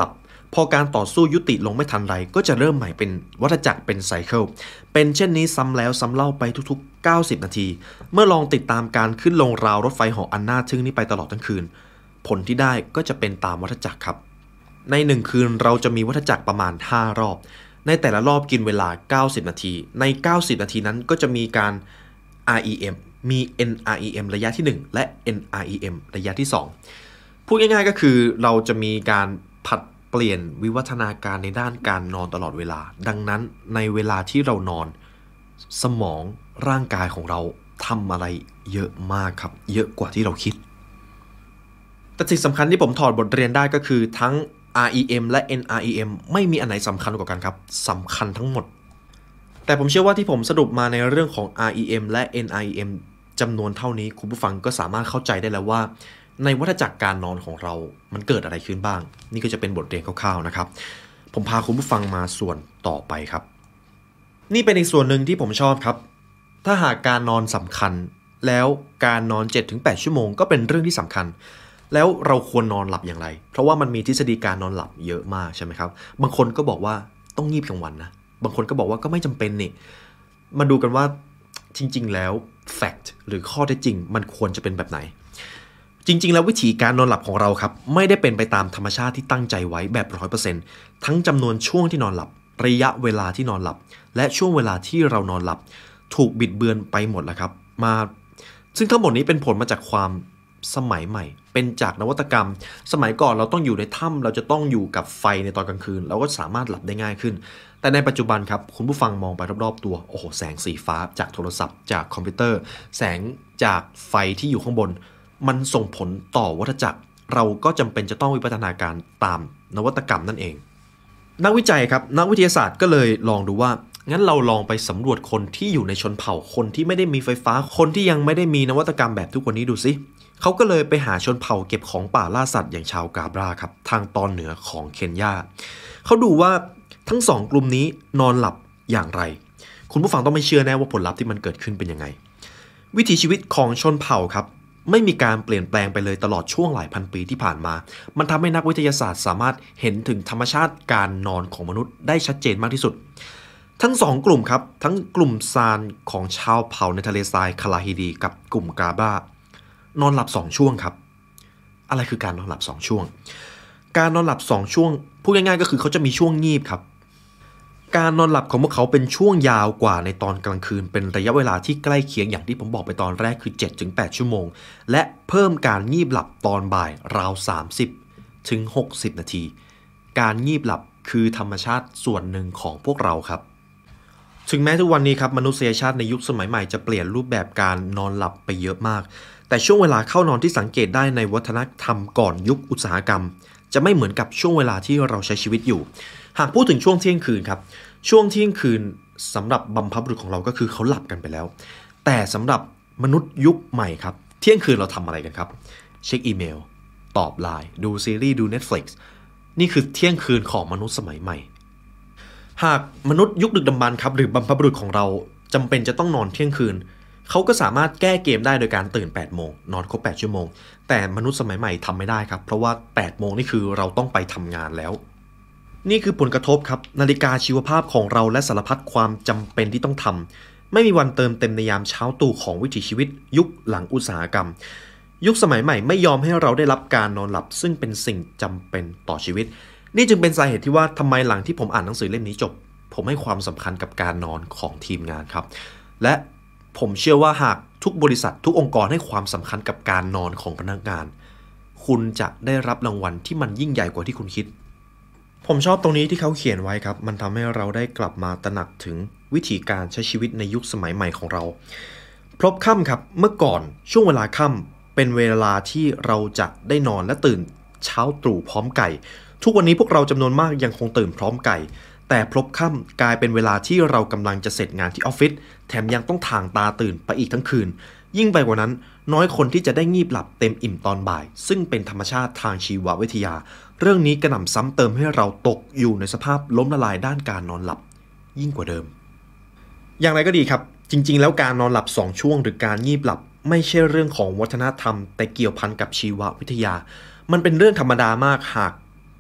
พอการต่อสู้ยุติลงไม่ทันไรก็จะเริ่มใหม่เป็นวัฏจักรเป็นไซเคิลเป็นเช่นนี้ซ้ำแล้วซ้ำเล่าไปทุกๆเก้าสิบนาทีเมื่อลองติดตามการขึ้นลงราวรถไฟเหาะอันน่าทึ่งนี้ไปตลอดทั้งคืนผลที่ได้ก็จะเป็นตามวัฏจักรครับในหนึ่งคืนเราจะมีวัฏจักรประมาณห้ารอบในแต่ละรอบกินเวลาเก้าสิบนาทีในเก้าสิบนาทีนั้นก็จะมีการ อาร์ อี เอ็ม มี เอ็น อาร์ อี เอ็ม ระยะที่หนึ่งและ เอ็น อาร์ อี เอ็ม ระยะที่สองพูดง่ายๆก็คือเราจะมีการผัดเปลี่ยนวิวัฒนาการในด้านการนอนตลอดเวลาดังนั้นในเวลาที่เรานอนสมองร่างกายของเราทำอะไรเยอะมากครับเยอะกว่าที่เราคิดแต่สิ่งสำคัญที่ผมถอดบทเรียนได้ก็คือทั้ง อาร์ อี เอ็ม และ เอ็น อาร์ อี เอ็ม ไม่มีอันไหนสำคัญกว่ากันครับสำคัญทั้งหมดแต่ผมเชื่อว่าที่ผมสรุปมาในเรื่องของ อาร์ อี เอ็ม และ เอ็น อาร์ อี เอ็ม จำนวนเท่านี้คุณผู้ฟังก็สามารถเข้าใจได้แล้วว่าในวัฏจักรการนอนของเรามันเกิดอะไรขึ้นบ้างนี่ก็จะเป็นบทเรียนคร่าวๆนะครับผมพาคุณผู้ฟังมาส่วนต่อไปครับนี่เป็นอีกส่วนหนึ่งที่ผมชอบครับถ้าหากการนอนสำคัญแล้วการนอน เจ็ดถึงแปด ชั่วโมงก็เป็นเรื่องที่สำคัญแล้วเราควรนอนหลับอย่างไรเพราะว่ามันมีทฤษฎีการนอนหลับเยอะมากใช่ไหมครับบางคนก็บอกว่าต้องงีบกลางวันนะบางคนก็บอกว่าก็ไม่จำเป็นนี่มาดูกันว่าจริงๆแล้ว fact หรือข้อเท็จจริงมันควรจะเป็นแบบไหนจริงๆแล้ววิธีการนอนหลับของเราครับไม่ได้เป็นไปตามธรรมชาติที่ตั้งใจไว้แบบ ร้อยเปอร์เซ็นต์ ทั้งจำนวนช่วงที่นอนหลับระยะเวลาที่นอนหลับและช่วงเวลาที่เรานอนหลับถูกบิดเบือนไปหมดแล้วครับมาซึ่งทั้งหมดนี้เป็นผลมาจากความสมัยใหม่เป็นจากนวัตกรรมสมัยก่อนเราต้องอยู่ในถ้ำเราจะต้องอยู่กับไฟในตอนกลางคืนเราก็สามารถหลับได้ง่ายขึ้นแต่ในปัจจุบันครับคุณผู้ฟังมองไปรอบๆตัวโอ้โหแสงสีฟ้าจากโทรศัพท์จากคอมพิวเตอร์แสงจากไฟที่อยู่ข้างบนมันส่งผลต่อวัฏจักรเราก็จำเป็นจะต้องวิวัฒนาการตามนวัตกรรมนั่นเองนักวิจัยครับนักวิทยาศาสตร์ก็เลยลองดูว่างั้นเราลองไปสำรวจคนที่อยู่ในชนเผ่าคนที่ไม่ได้มีไฟฟ้าคนที่ยังไม่ได้มีนวัตกรรมแบบทุกวันนี้ดูสิเขาก็เลยไปหาชนเผ่าเก็บของป่าล่าสัตว์อย่างชาวกาบราครับทางตอนเหนือของเคนยาเขาดูว่าทั้งสองกลุ่มนี้นอนหลับอย่างไรคุณผู้ฟังต้องไม่เชื่อแน่ว่าผลลัพธ์ที่มันเกิดขึ้นเป็นยังไงวิถีชีวิตของชนเผ่าครับไม่มีการเปลี่ยนแปลงไปเลยตลอดช่วงหลายพันปีที่ผ่านมามันทำให้นักวิทยาศาสตร์สามารถเห็นถึงธรรมชาติการนอนของมนุษย์ได้ชัดเจนมากที่สุดทั้งสองกลุ่มครับทั้งกลุ่มซานของชาวเผ่าในทะเลทรายคาลาฮิดีกับกลุ่มกาบรานอนหลับสองช่วงครับอะไรคือการนอนหลับสองช่วงการนอนหลับสองช่วงพูดง่ายๆก็คือเขาจะมีช่วงงีบครับการนอนหลับของพวกเขาเป็นช่วงยาวกว่าในตอนกลางคืนเป็นระยะเวลาที่ใกล้เคียงอย่างที่ผมบอกไปตอนแรกคือ เจ็ดถึงแปด ชั่วโมงและเพิ่มการงีบหลับตอนบ่ายราวสามสิบถึงหกสิบนาทีการงีบหลับคือธรรมชาติส่วนหนึ่งของพวกเราครับถึงแม้ทุกวันนี้ครับมนุษยชาติในยุคสมัยใหม่จะเปลี่ยนรูปแบบการนอนหลับไปเยอะมากแต่ช่วงเวลาเข้านอนที่สังเกตได้ในวัฒนธรรมก่อนยุคอุตสาหกรรมจะไม่เหมือนกับช่วงเวลาที่เราใช้ชีวิตอยู่หากพูดถึงช่วงเที่ยงคืนครับช่วงเที่ยงคืนสำหรับบรรพบุรุษของเราก็คือเขาหลับกันไปแล้วแต่สำหรับมนุษย์ยุคใหม่ครับเที่ยงคืนเราทำอะไรกันครับเช็คอีเมลตอบไลน์ดูซีรีส์ดู Netflix นี่คือเที่ยงคืนของมนุษย์สมัยใหม่หากมนุษย์ยุคดึกดำบรรพ์ครับหรือบรรพบุรุษของเราจำเป็นจะต้องนอนเที่ยงคืนเขาก็สามารถแก้เกมได้โดยการตื่นแปดโมงนอนครบแปดชั่วโมงแต่มนุษย์สมัยใหม่ทำไม่ได้ครับเพราะว่าแปดโมงนี่คือเราต้องไปทำงานแล้วนี่คือผลกระทบครับนาฬิกาชีวภาพของเราและสารพัดความจำเป็นที่ต้องทำไม่มีวันเติมเต็มในยามเช้าตรู่ของวิถีชีวิตยุคหลังอุตสาหกรรมยุคสมัยใหม่ไม่ยอมให้เราได้รับการนอนหลับซึ่งเป็นสิ่งจำเป็นต่อชีวิตนี่จึงเป็นสาเหตุที่ว่าทำไมหลังที่ผมอ่านหนังสือเล่มนี้จบผมให้ความสำคัญกับการนอนของทีมงานครับและผมเชื่อว่าหากทุกบริษัททุกองค์กรให้ความสำคัญกับการนอนของพนักงานคุณจะได้รับรางวัลที่มันยิ่งใหญ่กว่าที่คุณคิดผมชอบตรงนี้ที่เขาเขียนไว้ครับมันทำให้เราได้กลับมาตระหนักถึงวิธีการใช้ชีวิตในยุคสมัยใหม่ของเราพลบค่ำครับเมื่อก่อนช่วงเวลาค่ำเป็นเวลาที่เราจะได้นอนและตื่นเช้าตรู่พร้อมไก่ทุกวันนี้พวกเราจำนวนมากยังคงตื่นพร้อมไก่แต่พลบค่ำกลายเป็นเวลาที่เรากำลังจะเสร็จงานที่ออฟฟิศแถมยังต้องถ่างตาตื่นไปอีกทั้งคืนยิ่งไปกว่านั้นน้อยคนที่จะได้งีบหลับเต็มอิ่มตอนบ่ายซึ่งเป็นธรรมชาติทางชีววิทยาเรื่องนี้กระหน่ำซ้ำเติมให้เราตกอยู่ในสภาพล้มละลายด้านการนอนหลับยิ่งกว่าเดิมอย่างไรก็ดีครับจริงๆแล้วการนอนหลับสองช่วงหรือการงีบหลับไม่ใช่เรื่องของวัฒนธรรมแต่เกี่ยวพันกับชีววิทยามันเป็นเรื่องธรรมดามากหาก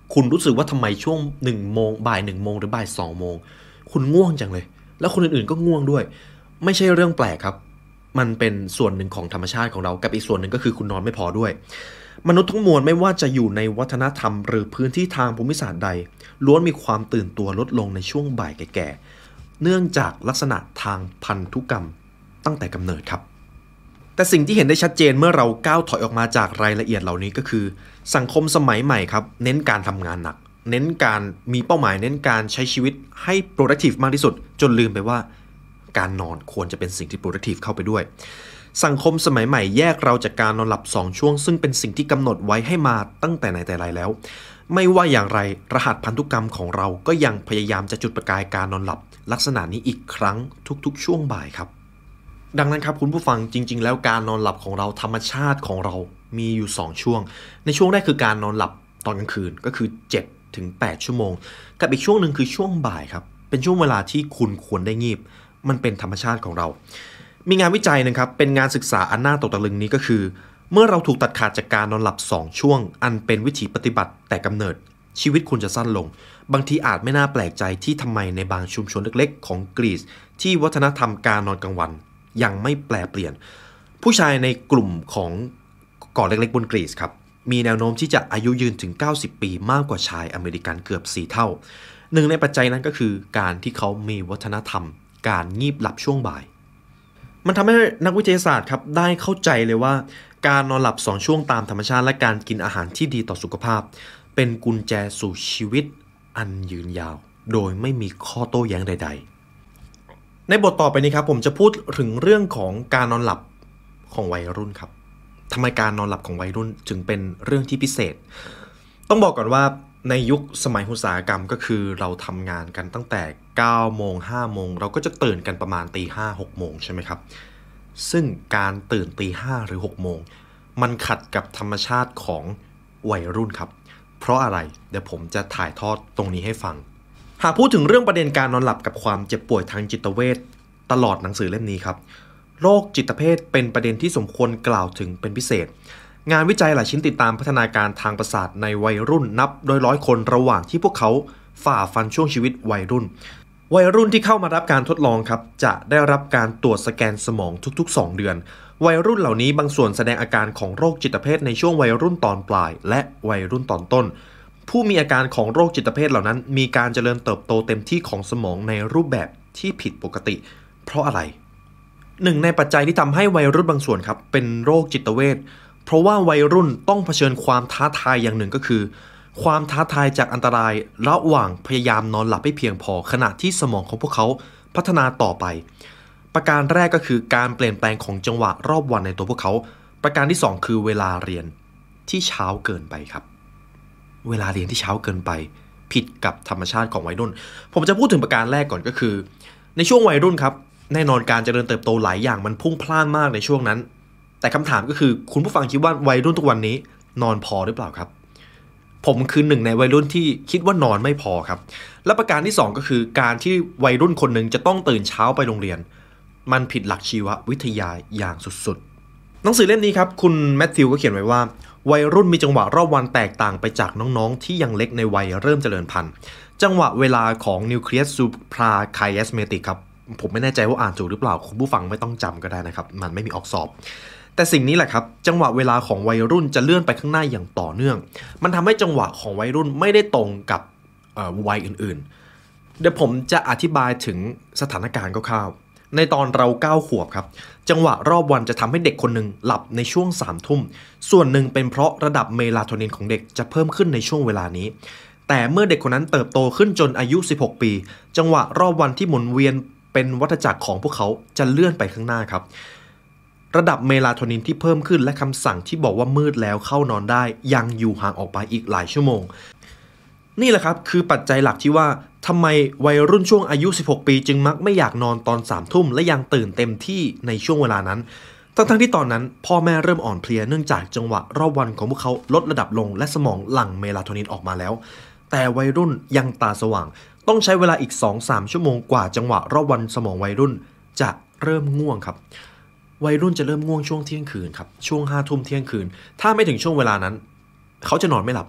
คุณรู้สึกว่าทำไมช่วงหนึ่งโมงบ่ายหนึ่งโมงหรือบ่ายสองโมงคุณง่วงจังเลยแล้วคนอื่นๆก็ง่วงด้วยไม่ใช่เรื่องแปลกครับมันเป็นส่วนหนึ่งของธรรมชาติของเรากับอีกส่วนหนึ่งก็คือคุณนอนไม่พอด้วยมนุษย์ทั้งมวลไม่ว่าจะอยู่ในวัฒนธรรมหรือพื้นที่ทางภูมิศาสตร์ใดล้วนมีความตื่นตัวลดลงในช่วงบ่ายแก่ๆเนื่องจากลักษณะทางพันธุกรรมตั้งแต่กำเนิดครับแต่สิ่งที่เห็นได้ชัดเจนเมื่อเราก้าวถอยออกมาจากรายละเอียดเหล่านี้ก็คือสังคมสมัยใหม่ครับเน้นการทำงานหนักเน้นการมีเป้าหมายเน้นการใช้ชีวิตให้ productive มากที่สุดจนลืมไปว่าการนอนควรจะเป็นสิ่งที่ productive เข้าไปด้วยสังคมสมัยใหม่แยกเราจากการนอนหลับสองช่วงซึ่งเป็นสิ่งที่กำหนดไว้ให้มาตั้งแต่ไหนแต่ไรแล้วไม่ว่าอย่างไรรหัสพันธุกรรมของเราก็ยังพยายามจะจุดประกายการนอนหลับลักษณะนี้อีกครั้งทุกๆช่วงบ่ายครับดังนั้นครับคุณผู้ฟังจริงๆแล้วการนอนหลับของเราธรรมชาติของเรามีอยู่สองช่วงในช่วงแรกคือการนอนหลับตอนกลางคืนก็คือเจ็ดถึงแปดชั่วโมงกับอีกช่วงหนึ่งคือช่วงบ่ายครับเป็นช่วงเวลาที่คุณควรได้งีบมันเป็นธรรมชาติของเรามีงานวิจัยนะครับเป็นงานศึกษาอันน่าตกตะลึงนี้ก็คือเมื่อเราถูกตัดขาดจากการนอนหลับสองช่วงอันเป็นวิถีปฏิบัติแต่กำเนิดชีวิตคุณจะสั้นลงบางทีอาจไม่น่าแปลกใจที่ทำไมในบางชุมชนเล็กๆของกรีซที่วัฒนธรรมการนอนกลางวันยังไม่แปลเปลี่ยนผู้ชายในกลุ่มของเกาะเล็กๆบนกรีซครับมีแนวโน้มที่จะอายุยืนถึงเก้าสิบปีมากกว่าชายอเมริกันเกือบสี่เท่าหนึ่งในปัจจัยนั้นก็คือการที่เขามีวัฒนธรรมการงีบหลับช่วงบ่ายมันทำให้นักวิทยาศาสตร์ครับได้เข้าใจเลยว่าการนอนหลับสองช่วงตามธรรมชาติและการกินอาหารที่ดีต่อสุขภาพเป็นกุญแจสู่ชีวิตอันยืนยาวโดยไม่มีข้อโต้แย้งใดๆในบทต่อไปนี้ครับผมจะพูดถึงเรื่องของการนอนหลับของวัยรุ่นครับทำไมการนอนหลับของวัยรุ่นถึงเป็นเรื่องที่พิเศษต้องบอกก่อนว่าในยุคสมัยอุตสาหกรรมก็คือเราทำงานกันตั้งแต่เก้าโมงห้าโมงเราก็จะตื่นกันประมาณตีห้าหกโมงใช่ไหมครับซึ่งการตื่นตีห้าหรือหกโมงมันขัดกับธรรมชาติของวัยรุ่นครับเพราะอะไรเดี๋ยวผมจะถ่ายทอดตรงนี้ให้ฟังหากพูดถึงเรื่องประเด็นการนอนหลับกับความเจ็บป่วยทางจิตเวชตลอดหนังสือเล่มนี้ครับโรคจิตเภทเป็นประเด็นที่สมควรกล่าวถึงเป็นพิเศษงานวิจัยหลายชิ้นติดตามพัฒนาการทางประสาทในวัยรุ่นนับโดยร้อยคนระหว่างที่พวกเขาฝ่าฟันช่วงชีวิตวัยรุ่นวัยรุ่นที่เข้ามารับการทดลองครับจะได้รับการตรวจสแกนสมองทุกๆสองเดือนวัยรุ่นเหล่านี้บางส่วนแสดงอาการของโรคจิตเภทในช่วงวัยรุ่นตอนปลายและวัยรุ่นตอนต้นผู้มีอาการของโรคจิตเภทเหล่านั้นมีการเจริญเติบโตเต็มที่ของสมองในรูปแบบที่ผิดปกติเพราะอะไรหนึ่งในปัจจัยที่ทำให้วัยรุ่นบางส่วนครับเป็นโรคจิตเวชเพราะว่าวัยรุ่นต้องเผชิญความท้าทายอย่างหนึ่งก็คือความท้าทายจากอันตรายระหว่างพยายามนอนหลับให้เพียงพอขณะที่สมองของพวกเขาพัฒนาต่อไปประการแรกก็คือการเปลี่ยนแปลงของจังหวะรอบวันในตัวพวกเขาประการที่สองคือเวลาเรียนที่เช้าเกินไปครับเวลาเรียนที่เช้าเกินไปผิดกับธรรมชาติของวัยรุ่นผมจะพูดถึงประการแรกก่อนก็คือในช่วงวัยรุ่นครับแน่นอนการเจริญเติบโตหลายอย่างมันพุ่งพล่านมากในช่วงนั้นแต่คำถามก็คือคุณผู้ฟังคิดว่าวัยรุ่นทุกวันนี้นอนพอหรือเปล่าครับผมคือหนึ่งในวัยรุ่นที่คิดว่านอนไม่พอครับและประการที่สองก็คือการที่วัยรุ่นคนหนึ่งจะต้องตื่นเช้าไปโรงเรียนมันผิดหลักชีววิทยาอย่างสุดๆหนังสือเล่มนี้ครับคุณแมทธิวก็เขียนไว้ว่าวัยรุ่นมีจังหวะรอบวันแตกต่างไปจากน้องๆที่ยังเล็กในวัยเริ่มเจริญพันธุ์จังหวะเวลาของนิวเคลียสซูพราไคแอสเมติกครับผมไม่แน่ใจว่าอ่านถูกหรือเปล่าคุณผู้ฟังไม่ต้องจำก็ได้นะครับมันไม่มีออกสอบแต่สิ่งนี้แหละครับจังหวะเวลาของวัยรุ่นจะเลื่อนไปข้างหน้าอย่างต่อเนื่องมันทำให้จังหวะของวัยรุ่นไม่ได้ตรงกับวัยอื่นๆเดี๋ยวผมจะอธิบายถึงสถานการณ์คร่าวๆในตอนเราเก้าขวบครับจังหวะรอบวันจะทำให้เด็กคนหนึ่งหลับในช่วงสามทุ่มส่วนหนึ่งเป็นเพราะระดับเมลาโทนินของเด็กจะเพิ่มขึ้นในช่วงเวลานี้แต่เมื่อเด็กคนนั้นเติบโตขึ้นจนอายุสิบหกปีจังหวะรอบวันที่หมุนเวียนเป็นวัฏจักรของพวกเขาจะเลื่อนไปข้างหน้าครับระดับเมลาโทนินที่เพิ่มขึ้นและคำสั่งที่บอกว่ามืดแล้วเข้านอนได้ยังอยู่ห่างออกไปอีกหลายชั่วโมงนี่แหละครับคือปัจจัยหลักที่ว่าทำไมวัยรุ่นช่วงอายุสิบหกปีจึงมักไม่อยากนอนตอนสามทุ่มและยังตื่นเต็มที่ในช่วงเวลานั้นทั้งๆที่ตอนนั้นพ่อแม่เริ่มอ่อนเพลียเนื่องจากจังหวะรอบวันของพวกเขาลดระดับลงและสมองหลั่งเมลาโทนินออกมาแล้วแต่วัยรุ่นยังตาสว่างต้องใช้เวลาอีก สองถึงสาม ชั่วโมงกว่าจังหวะรอบวันสมองวัยรุ่นจะเริ่มง่วงครับวัยรุ่นจะเริ่มง่วงช่วงเที่ยงคืนครับช่วงห้าทุ่มเที่ยงคืนถ้าไม่ถึงช่วงเวลานั้นเขาจะนอนไม่หลับ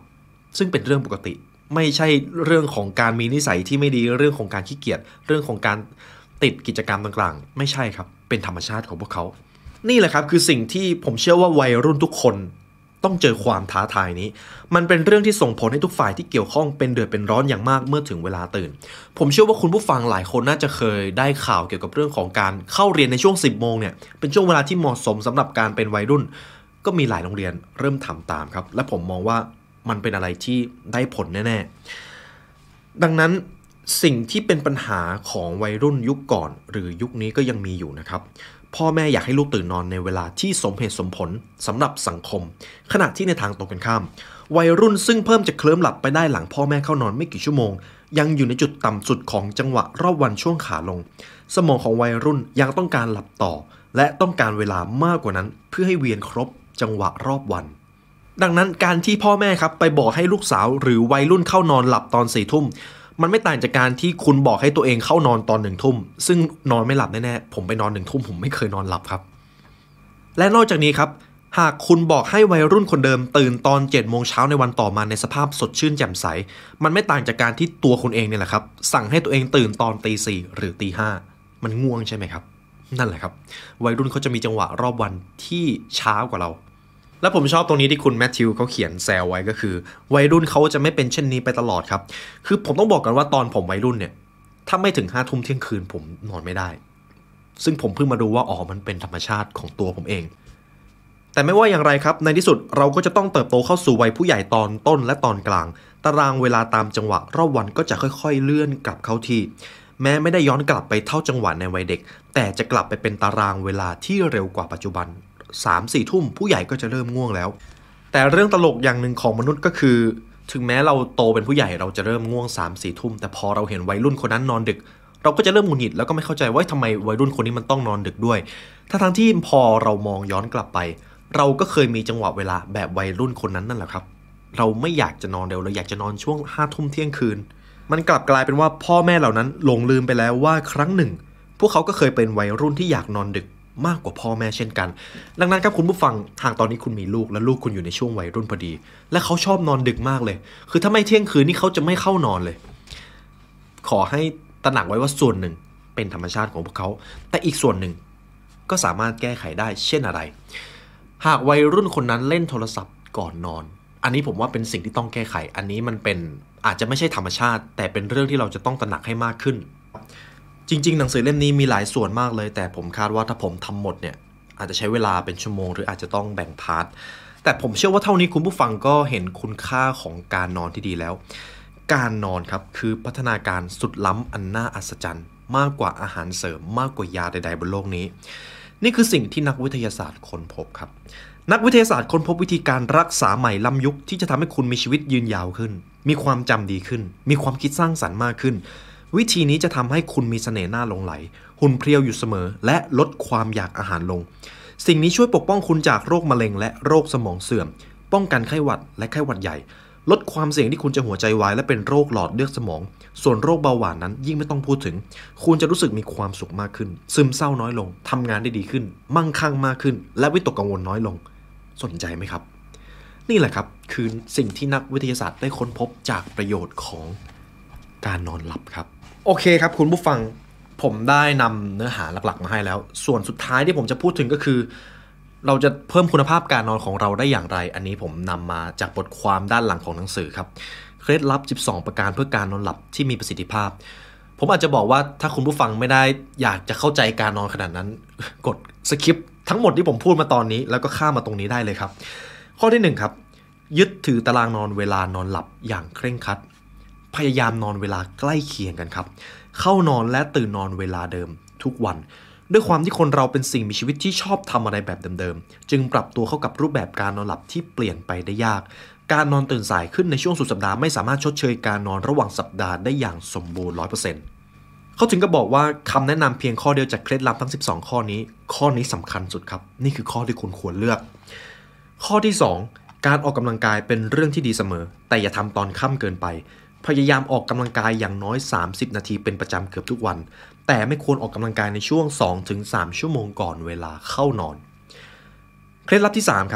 ซึ่งเป็นเรื่องปกติไม่ใช่เรื่องของการมีนิสัยที่ไม่ดีเรื่องของการขี้เกียจเรื่องของการติดกิจกรรมต่างๆไม่ใช่ครับเป็นธรรมชาติของพวกเขานี่แหละครับคือสิ่งที่ผมเชื่อว่าวัยรุ่นทุกคนต้องเจอความท้าทายนี้มันเป็นเรื่องที่ส่งผลให้ทุกฝ่ายที่เกี่ยวข้องเป็นเดือดเป็นร้อนอย่างมากเมื่อถึงเวลาตื่นผมเชื่อว่าคุณผู้ฟังหลายคนน่าจะเคยได้ข่าวเกี่ยวกับเรื่องของการเข้าเรียนในช่วงสิบโมงเนี่ยเป็นช่วงเวลาที่เหมาะสมสำหรับการเป็นวัยรุ่นก็มีหลายโรงเรียนเริ่มทำตามครับและผมมองว่ามันเป็นอะไรที่ได้ผลแน่ๆดังนั้นสิ่งที่เป็นปัญหาของวัยรุ่นยุคก่อนหรือยุคนี้ก็ยังมีอยู่นะครับพ่อแม่อยากให้ลูกตื่นนอนในเวลาที่สมเหตุสมผลสำหรับสังคมขณะที่ในทางตรงกันข้ามวัยรุ่นซึ่งเพิ่มจะเคลิ้มหลับไปได้หลังพ่อแม่เข้านอนไม่กี่ชั่วโมงยังอยู่ในจุดต่ำสุดของจังหวะรอบวันช่วงขาลงสมองของวัยรุ่นยังต้องการหลับต่อและต้องการเวลามากกว่านั้นเพื่อให้เวียนครบจังหวะรอบวันดังนั้นการที่พ่อแม่ครับไปบอกให้ลูกสาวหรือวัยรุ่นเข้านอนหลับตอนสี่ทุ่มมันไม่ต่างจากการที่คุณบอกให้ตัวเองเข้านอนตอนหนึ่งทุ่มซึ่งนอนไม่หลับแน่ๆผมไปนอนหนึ่งทุ่มผมไม่เคยนอนหลับครับและนอกจากนี้ครับหากคุณบอกให้วัยรุ่นคนเดิมตื่นตอนเจ็ดโมงเช้าในวันต่อมาในสภาพสดชื่นแจ่มใสมันไม่ต่างจากการที่ตัวคุณเองเนี่ยแหละครับสั่งให้ตัวเองตื่นตอนตีสี่หรือตีห้ามันง่วงใช่ไหมครับนั่นแหละครับวัยรุ่นเขาจะมีจังหวะรอบวันที่ช้ากว่าเราและผมชอบตรงนี้ที่คุณแมทธิวเขาเขียนแซวไว้ก็คือวัยรุ่นเขาจะไม่เป็นเช่นนี้ไปตลอดครับคือผมต้องบอกกันว่าตอนผมวัยรุ่นเนี่ยถ้าไม่ถึงห้าทุ่มเที่ยงคืนผมนอนไม่ได้ซึ่งผมเพิ่งมาดูว่าอ๋อมันเป็นธรรมชาติของตัวผมเองแต่ไม่ว่าอย่างไรครับในที่สุดเราก็จะต้องเติบโตเข้าสู่วัยผู้ใหญ่ตอนต้นและตอนกลางตารางเวลาตามจังหวะรอบวันก็จะค่อยๆเลื่อนกลับเข้าที่แม้ไม่ได้ย้อนกลับไปเท่าจังหวะในวัยเด็กแต่จะกลับไปเป็นตารางเวลาที่เร็วกว่าปัจจุบันสามสี่ทุ่มผู้ใหญ่ก็จะเริ่มง่วงแล้วแต่เรื่องตลกอย่างหนึ่งของมนุษย์ก็คือถึงแม้เราโตเป็นผู้ใหญ่เราจะเริ่มง่วง สามสี่ ทุ่มแต่พอเราเห็นวัยรุ่นคนนั้นนอนดึกเราก็จะเริ่มหงุดหงิดแล้วก็ไม่เข้าใจว่าทำไมวัยรุ่นคนนี้มันต้องนอนดึกด้วยทั้งที่พอเรามองย้อนกลับไปเราก็เคยมีจังหวะเวลาแบบวัยรุ่นคนนั้นนั่นแหละครับเราไม่อยากจะนอนเร็วเราอยากจะนอนช่วงห้าทุ่มเที่ยงคืนมันกลับกลายเป็นว่าพ่อแม่เหล่านั้นหลงลืมไปแล้วว่าครั้งหนึ่งพวกเขาก็เคยเป็นวัยรุ่นที่อยากนอนดึกมากกว่าพ่อแม่เช่นกันดังนั้นครับคุณผู้ฟังหากตอนนี้คุณมีลูกและลูกคุณอยู่ในช่วงวัยรุ่นพอดีและเขาชอบนอนดึกมากเลยคือถ้าไม่เที่ยงคืนนี่เขาจะไม่เข้านอนเลยขอให้ตระหนักไว้ว่าส่วนหนึ่งเป็นธรรมชาติของพวกเขาแต่อีกส่วนหนึ่งก็สามารถแก้ไขได้เช่นอะไรหากวัยรุ่นคนนั้นเล่นโทรศัพท์ก่อนนอนอันนี้ผมว่าเป็นสิ่งที่ต้องแก้ไขอันนี้มันเป็นอาจจะไม่ใช่ธรรมชาติแต่เป็นเรื่องที่เราจะต้องตระหนักให้มากขึ้นจริงๆหนังสือเล่มนี้มีหลายส่วนมากเลยแต่ผมคาดว่าถ้าผมทำหมดเนี่ยอาจจะใช้เวลาเป็นชั่วโมงหรืออาจจะต้องแบ่งพาร์ทแต่ผมเชื่อว่าเท่านี้คุณผู้ฟังก็เห็นคุณค่าของการนอนที่ดีแล้วการนอนครับคือพัฒนาการสุดล้ำอันน่าอัศจรรย์มากกว่าอาหารเสริมมากกว่ายาใดๆบนโลกนี้นี่คือสิ่งที่นักวิทยาศาสตร์ค้นพบครับนักวิทยาศาสตร์ค้นพบวิธีการรักษาใหม่ล้ำยุคที่จะทำให้คุณมีชีวิตยืนยาวขึ้นมีความจำดีขึ้นมีความคิดสร้างสรรค์มากขึ้นวิธีนี้จะทำให้คุณมีเสน่ห์หน้าหลงไหลหุ่นเพรียวอยู่เสมอและลดความอยากอาหารลงสิ่งนี้ช่วยปกป้องคุณจากโรคมะเร็งและโรคสมองเสื่อมป้องกันไข้หวัดและไข้หวัดใหญ่ลดความเสี่ยงที่คุณจะหัวใจวายและเป็นโรคหลอดเลือดสมองส่วนโรคเบาหวานนั้นยิ่งไม่ต้องพูดถึงคุณจะรู้สึกมีความสุขมากขึ้นซึมเศร้าน้อยลงทำงานได้ดีขึ้นมั่งคั่งมากขึ้นและวิตกกังวลน้อยลงสนใจไหมครับนี่แหละครับคือสิ่งที่นักวิทยาศาสตร์ได้ค้นพบจากประโยชน์ของการนอนหลับครับโอเคครับคุณผู้ฟังผมได้นำเนื้อหาหลักๆมาให้แล้วส่วนสุดท้ายที่ผมจะพูดถึงก็คือเราจะเพิ่มคุณภาพการนอนของเราได้อย่างไรอันนี้ผมนำมาจากบทความด้านหลังของหนังสือครับเคล็ดลับสิบสองประการเพื่อการนอนหลับที่มีประสิทธิภาพผมอาจจะบอกว่าถ้าคุณผู้ฟังไม่ได้อยากจะเข้าใจการนอนขนาดนั้นกดสคิปทั้งหมดที่ผมพูดมาตอนนี้แล้วก็ข้ามมาตรงนี้ได้เลยครับข้อที่หนึ่งครับยึดถือตารางนอนเวลานอนหลับอย่างเคร่งครัดพยายามนอนเวลาใกล้เคียงกันครับเข้านอนและตื่นนอนเวลาเดิมทุกวันด้วยความที่คนเราเป็นสิ่งมีชีวิตที่ชอบทำอะไรแบบเดิมๆจึงปรับตัวเข้ากับรูปแบบการนอนหลับที่เปลี่ยนไปได้ยากการนอนตื่นสายขึ้นในช่วงสุดสัปดาห์ไม่สามารถชดเชยการนอนระหว่างสัปดาห์ได้อย่างสมบูรณ์ ร้อยเปอร์เซ็นต์ เขาถึงก็บอกว่าคำแนะนำเพียงข้อเดียวจากเคล็ดลับทั้งสิบสองข้อนี้ข้อนี้สำคัญสุดครับนี่คือข้อที่คุณควรเลือกข้อที่สองการออกกำลังกายเป็นเรื่องที่ดีเสมอแต่อย่าทำตอนค่ำเกินไปพยายามออกกำลังกายอย่างน้อยสามสิบนาทีเป็นประจำเกือบทุกวันแต่ไม่ควรออกกำลังกายในช่วง สองถึงสาม ชั่วโมงก่อนเวลาเข้านอนเคล็ดลับที่สามครับ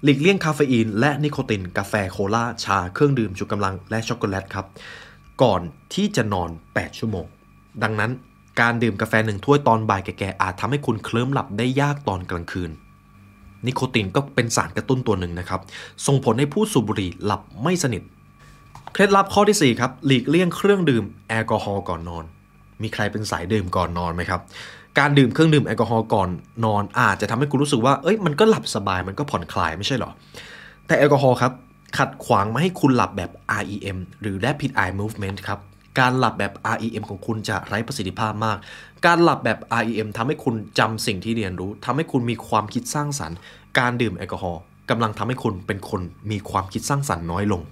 หลีกเลี่ยงคาเฟอีนและนิโคตินกาแฟโคลาชาเครื่องดื่มชูกำลังและช็อกโกแลตครับก่อนที่จะนอนแปดชั่วโมงดังนั้นการดื่มกาแฟหนึ่งถ้วยตอนบ่ายแก่ๆอาจทำให้คุณเคลิ้มหลับได้ยากตอนกลางคืนนิโคตินก็เป็นสารกระตุ้นตัวหนึ่งนะครับส่งผลให้ผู้สูบบุหรี่หลับไม่สนิทเคล็ดลับข้อที่สี่ครับหลีกเลี่ยงเครื่องดื่มแอลกอฮอล์ก่อนนอนมีใครเป็นสายดื่มก่อนนอนไหมครับการดื่มเครื่องดื่มแอลกอฮอล์ก่อนนอนอาจจะทำให้คุณรู้สึกว่าเอ้ยมันก็หลับสบายมันก็ผ่อนคลายไม่ใช่หรอแต่แอลกอฮอล์ครับขัดขวางไม่ให้คุณหลับแบบ อาร์ อี เอ็ม หรือ Rapid Eye Movement ครับการหลับแบบ อาร์ อี เอ็ม ของคุณจะไร้ประสิทธิภาพมากการหลับแบบ อาร์ อี เอ็ม ทำให้คุณจำสิ่งที่เรียนรู้ทำให้คุณมีความคิดสร้างสรรค์การดื่มแอลกอฮอล์กำลังทำให้คุณเป็นคนมีความคิดสร้างสรรค์น้อยลง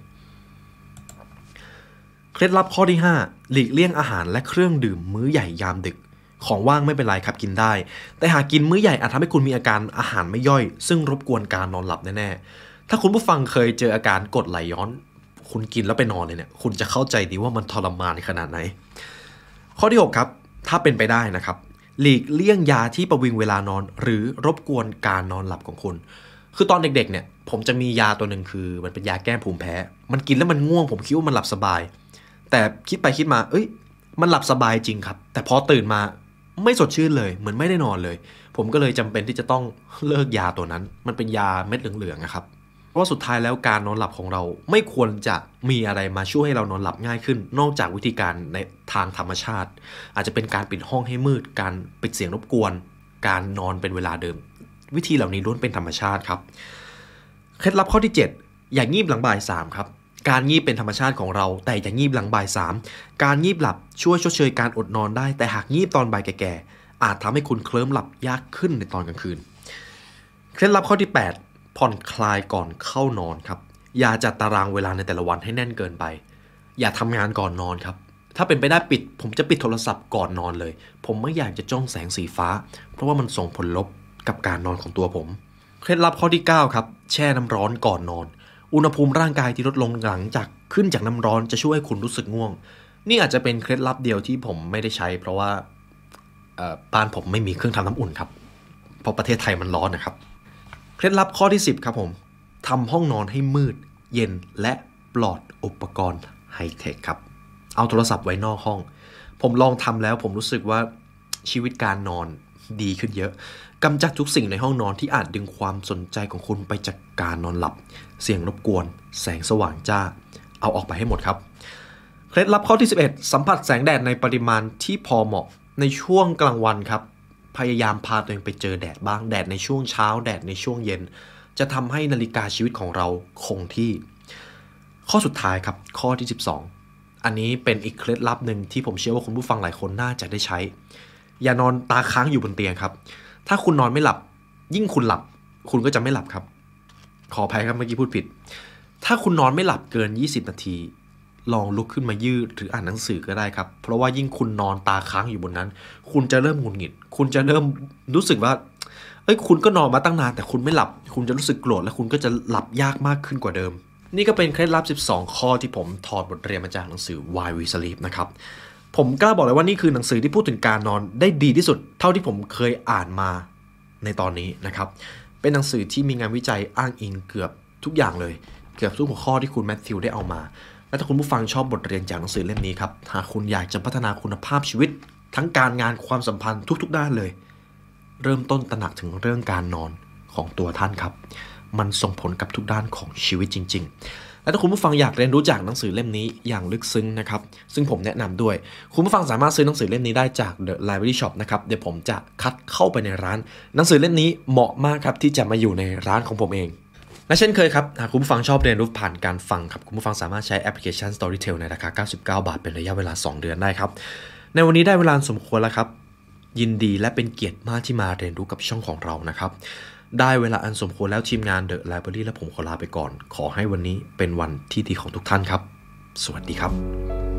เคล็ดลับข้อที่ห้าหลีกเลี่ยงอาหารและเครื่องดื่มมื้อใหญ่ยามดึกของว่างไม่เป็นไรครับกินได้แต่หากกินมื้อใหญ่อาจทำให้คุณมีอาการอาหารไม่ย่อยซึ่งรบกวนการนอนหลับแน่ๆถ้าคุณผู้ฟังเคยเจออาการกรดไหลย้อนคุณกินแล้วไปนอนเลยเนี่ยคุณจะเข้าใจดีว่ามันทรมานขนาดไหนข้อที่หกครับถ้าเป็นไปได้นะครับหลีกเลี่ยงยาที่ประวิงเวลานอนหรือรบกวนการนอนหลับของคุณคือตอนเด็กๆเนี่ยผมจะมียาตัวหนึ่งคือมันเป็นยาแก้ภูมิแพ้มันกินแล้วมันง่วงผมคิดว่ามันหลับสบายแต่คิดไปคิดมาเอ้ยมันหลับสบายจริงครับแต่พอตื่นมาไม่สดชื่นเลยเหมือนไม่ได้นอนเลยผมก็เลยจำเป็นที่จะต้องเลิกยาตัวนั้นมันเป็นยาเม็ดเหลืองๆนะครับเพราะว่าสุดท้ายแล้วการนอนหลับของเราไม่ควรจะมีอะไรมาช่วยให้เรานอนหลับง่ายขึ้นนอกจากวิธีการในทางธรรมชาติอาจจะเป็นการปิดห้องให้มืดการปิดเสียงรบกวนการนอนเป็นเวลาเดิมวิธีเหล่านี้ล้วนเป็นธรรมชาติครับเคล็ดลับข้อที่เจ็ดอย่างีบหลังบ่ายสามครับการงีบเป็นธรรมชาติของเราแต่อย่างีบหลังบ่ายสามการงีบหลับช่วยชดเชยการอดนอนได้แต่หากงีบตอนบ่ายแก่ๆอาจทำให้คุณเคลิ้มหลับยากขึ้นในตอนกลางคืนเคล็ดลับข้อที่แปดผ่อนคลายก่อนเข้านอนครับอย่าจัดตารางเวลาในแต่ละวันให้แน่นเกินไปอย่าทำงานก่อนนอนครับถ้าเป็นไปได้ปิดผมจะปิดโทรศัพท์ก่อนนอนเลยผมไม่อยากจะจ้องแสงสีฟ้าเพราะว่ามันส่งผลลบกับการนอนของตัวผมเคล็ดลับข้อที่เก้าครับแช่น้ำร้อนก่อนนอนอุณหภูมิร่างกายที่ลดลงหลังจากขึ้นจากน้ำร้อนจะช่วยให้คุณรู้สึกง่วงนี่อาจจะเป็นเคล็ดลับเดียวที่ผมไม่ได้ใช้เพราะว่าบ้านผมไม่มีเครื่องทำน้ำอุ่นครับเพราะประเทศไทยมันร้อนนะครับเคล็ดลับข้อที่สิบครับผมทำห้องนอนให้มืดเย็นและปลอดอุปกรณ์ไฮเทคครับเอาโทรศัพท์ไว้นอกห้องผมลองทำแล้วผมรู้สึกว่าชีวิตการนอนดีขึ้นเยอะกำจัดทุกสิ่งในห้องนอนที่อาจดึงความสนใจของคุณไปจากการนอนหลับเสียงรบกวนแสงสว่างจ้าเอาออกไปให้หมดครับเคล็ดลับข้อที่สิบเอ็ดสัมผัสแสงแดดในปริมาณที่พอเหมาะในช่วงกลางวันครับพยายามพาตัวเองไปเจอแดดบ้างแดดในช่วงเช้าแดดในช่วงเย็นจะทำให้นาฬิกาชีวิตของเราคงที่ข้อสุดท้ายครับข้อที่สิบสองอันนี้เป็นอีกเคล็ดลับหนึ่งที่ผมเชื่อว่าคุณผู้ฟังหลายคนน่าจะได้ใช้อย่านอนตาค้างอยู่บนเตียงครับถ้าคุณนอนไม่หลับยิ่งคุณหลับคุณก็จะไม่หลับครับขออภัยครับเมื่อกี้พูดผิดถ้าคุณนอนไม่หลับเกินยี่สิบนาทีลองลุกขึ้นมายืดหรืออ่านหนังสือก็ได้ครับเพราะว่ายิ่งคุณนอนตาค้างอยู่บนนั้นคุณจะเริ่มหงุดหงิดคุณจะเริ่มรู้สึกว่าเอ้ยคุณก็นอนมาตั้งนานแต่คุณไม่หลับคุณจะรู้สึกโกรธและคุณก็จะหลับยากมากขึ้นกว่าเดิมนี่ก็เป็นเคล็ดลับสิบสองข้อที่ผมถอดบทเรียนมาจากหนังสือ Why We Sleep นะครับผมกล้าบอกเลยว่านี่คือหนังสือที่พูดถึงการนอนได้ดีที่สุดเท่าที่ผมเคยอ่านมาในตอนนี้นะครับเป็นหนังสือที่มีงานวิจัยอ้างอิงเกือบทุกอย่างเลยเกือบทุกหัวข้อที่คุณแมทธิวได้เอามาและถ้าคุณผู้ฟังชอบบทเรียนจากหนังสือเล่มนี้ครับหากคุณอยากจะพัฒนาคุณภาพชีวิตทั้งการงานความสัมพันธ์ทุกๆด้านเลยเริ่มต้นตระหนักถึงเรื่องการนอนของตัวท่านครับมันส่งผลกับทุกด้านของชีวิตจริงๆและถ้าคุณผู้ฟังอยากเรียนรู้จากหนังสือเล่มนี้อย่างลึกซึ้งนะครับซึ่งผมแนะนำด้วยคุณผู้ฟังสามารถซื้อหนังสือเล่มนี้ได้จาก The Library Shop นะครับเดี๋ยวผมจะคัดเข้าไปในร้านหนังสือเล่มนี้เหมาะมากครับที่จะมาอยู่ในร้านของผมเองและเช่นเคยครับหากคุณผู้ฟังชอบเรียนรู้ผ่านการฟังครับคุณผู้ฟังสามารถใช้แอปพลิเคชัน Storytel ในราคาเก้าสิบเก้าบาทเป็นระยะเวลาสองเดือนได้ครับในวันนี้ได้เวลาสมควรแล้วครับยินดีและเป็นเกียรติมากที่มาเรียนรู้กับช่องของเรานะครับได้เวลาอันสมควรแล้วทีมงาน The Library และผมขอลาไปก่อนขอให้วันนี้เป็นวันที่ดีของทุกท่านครับสวัสดีครับ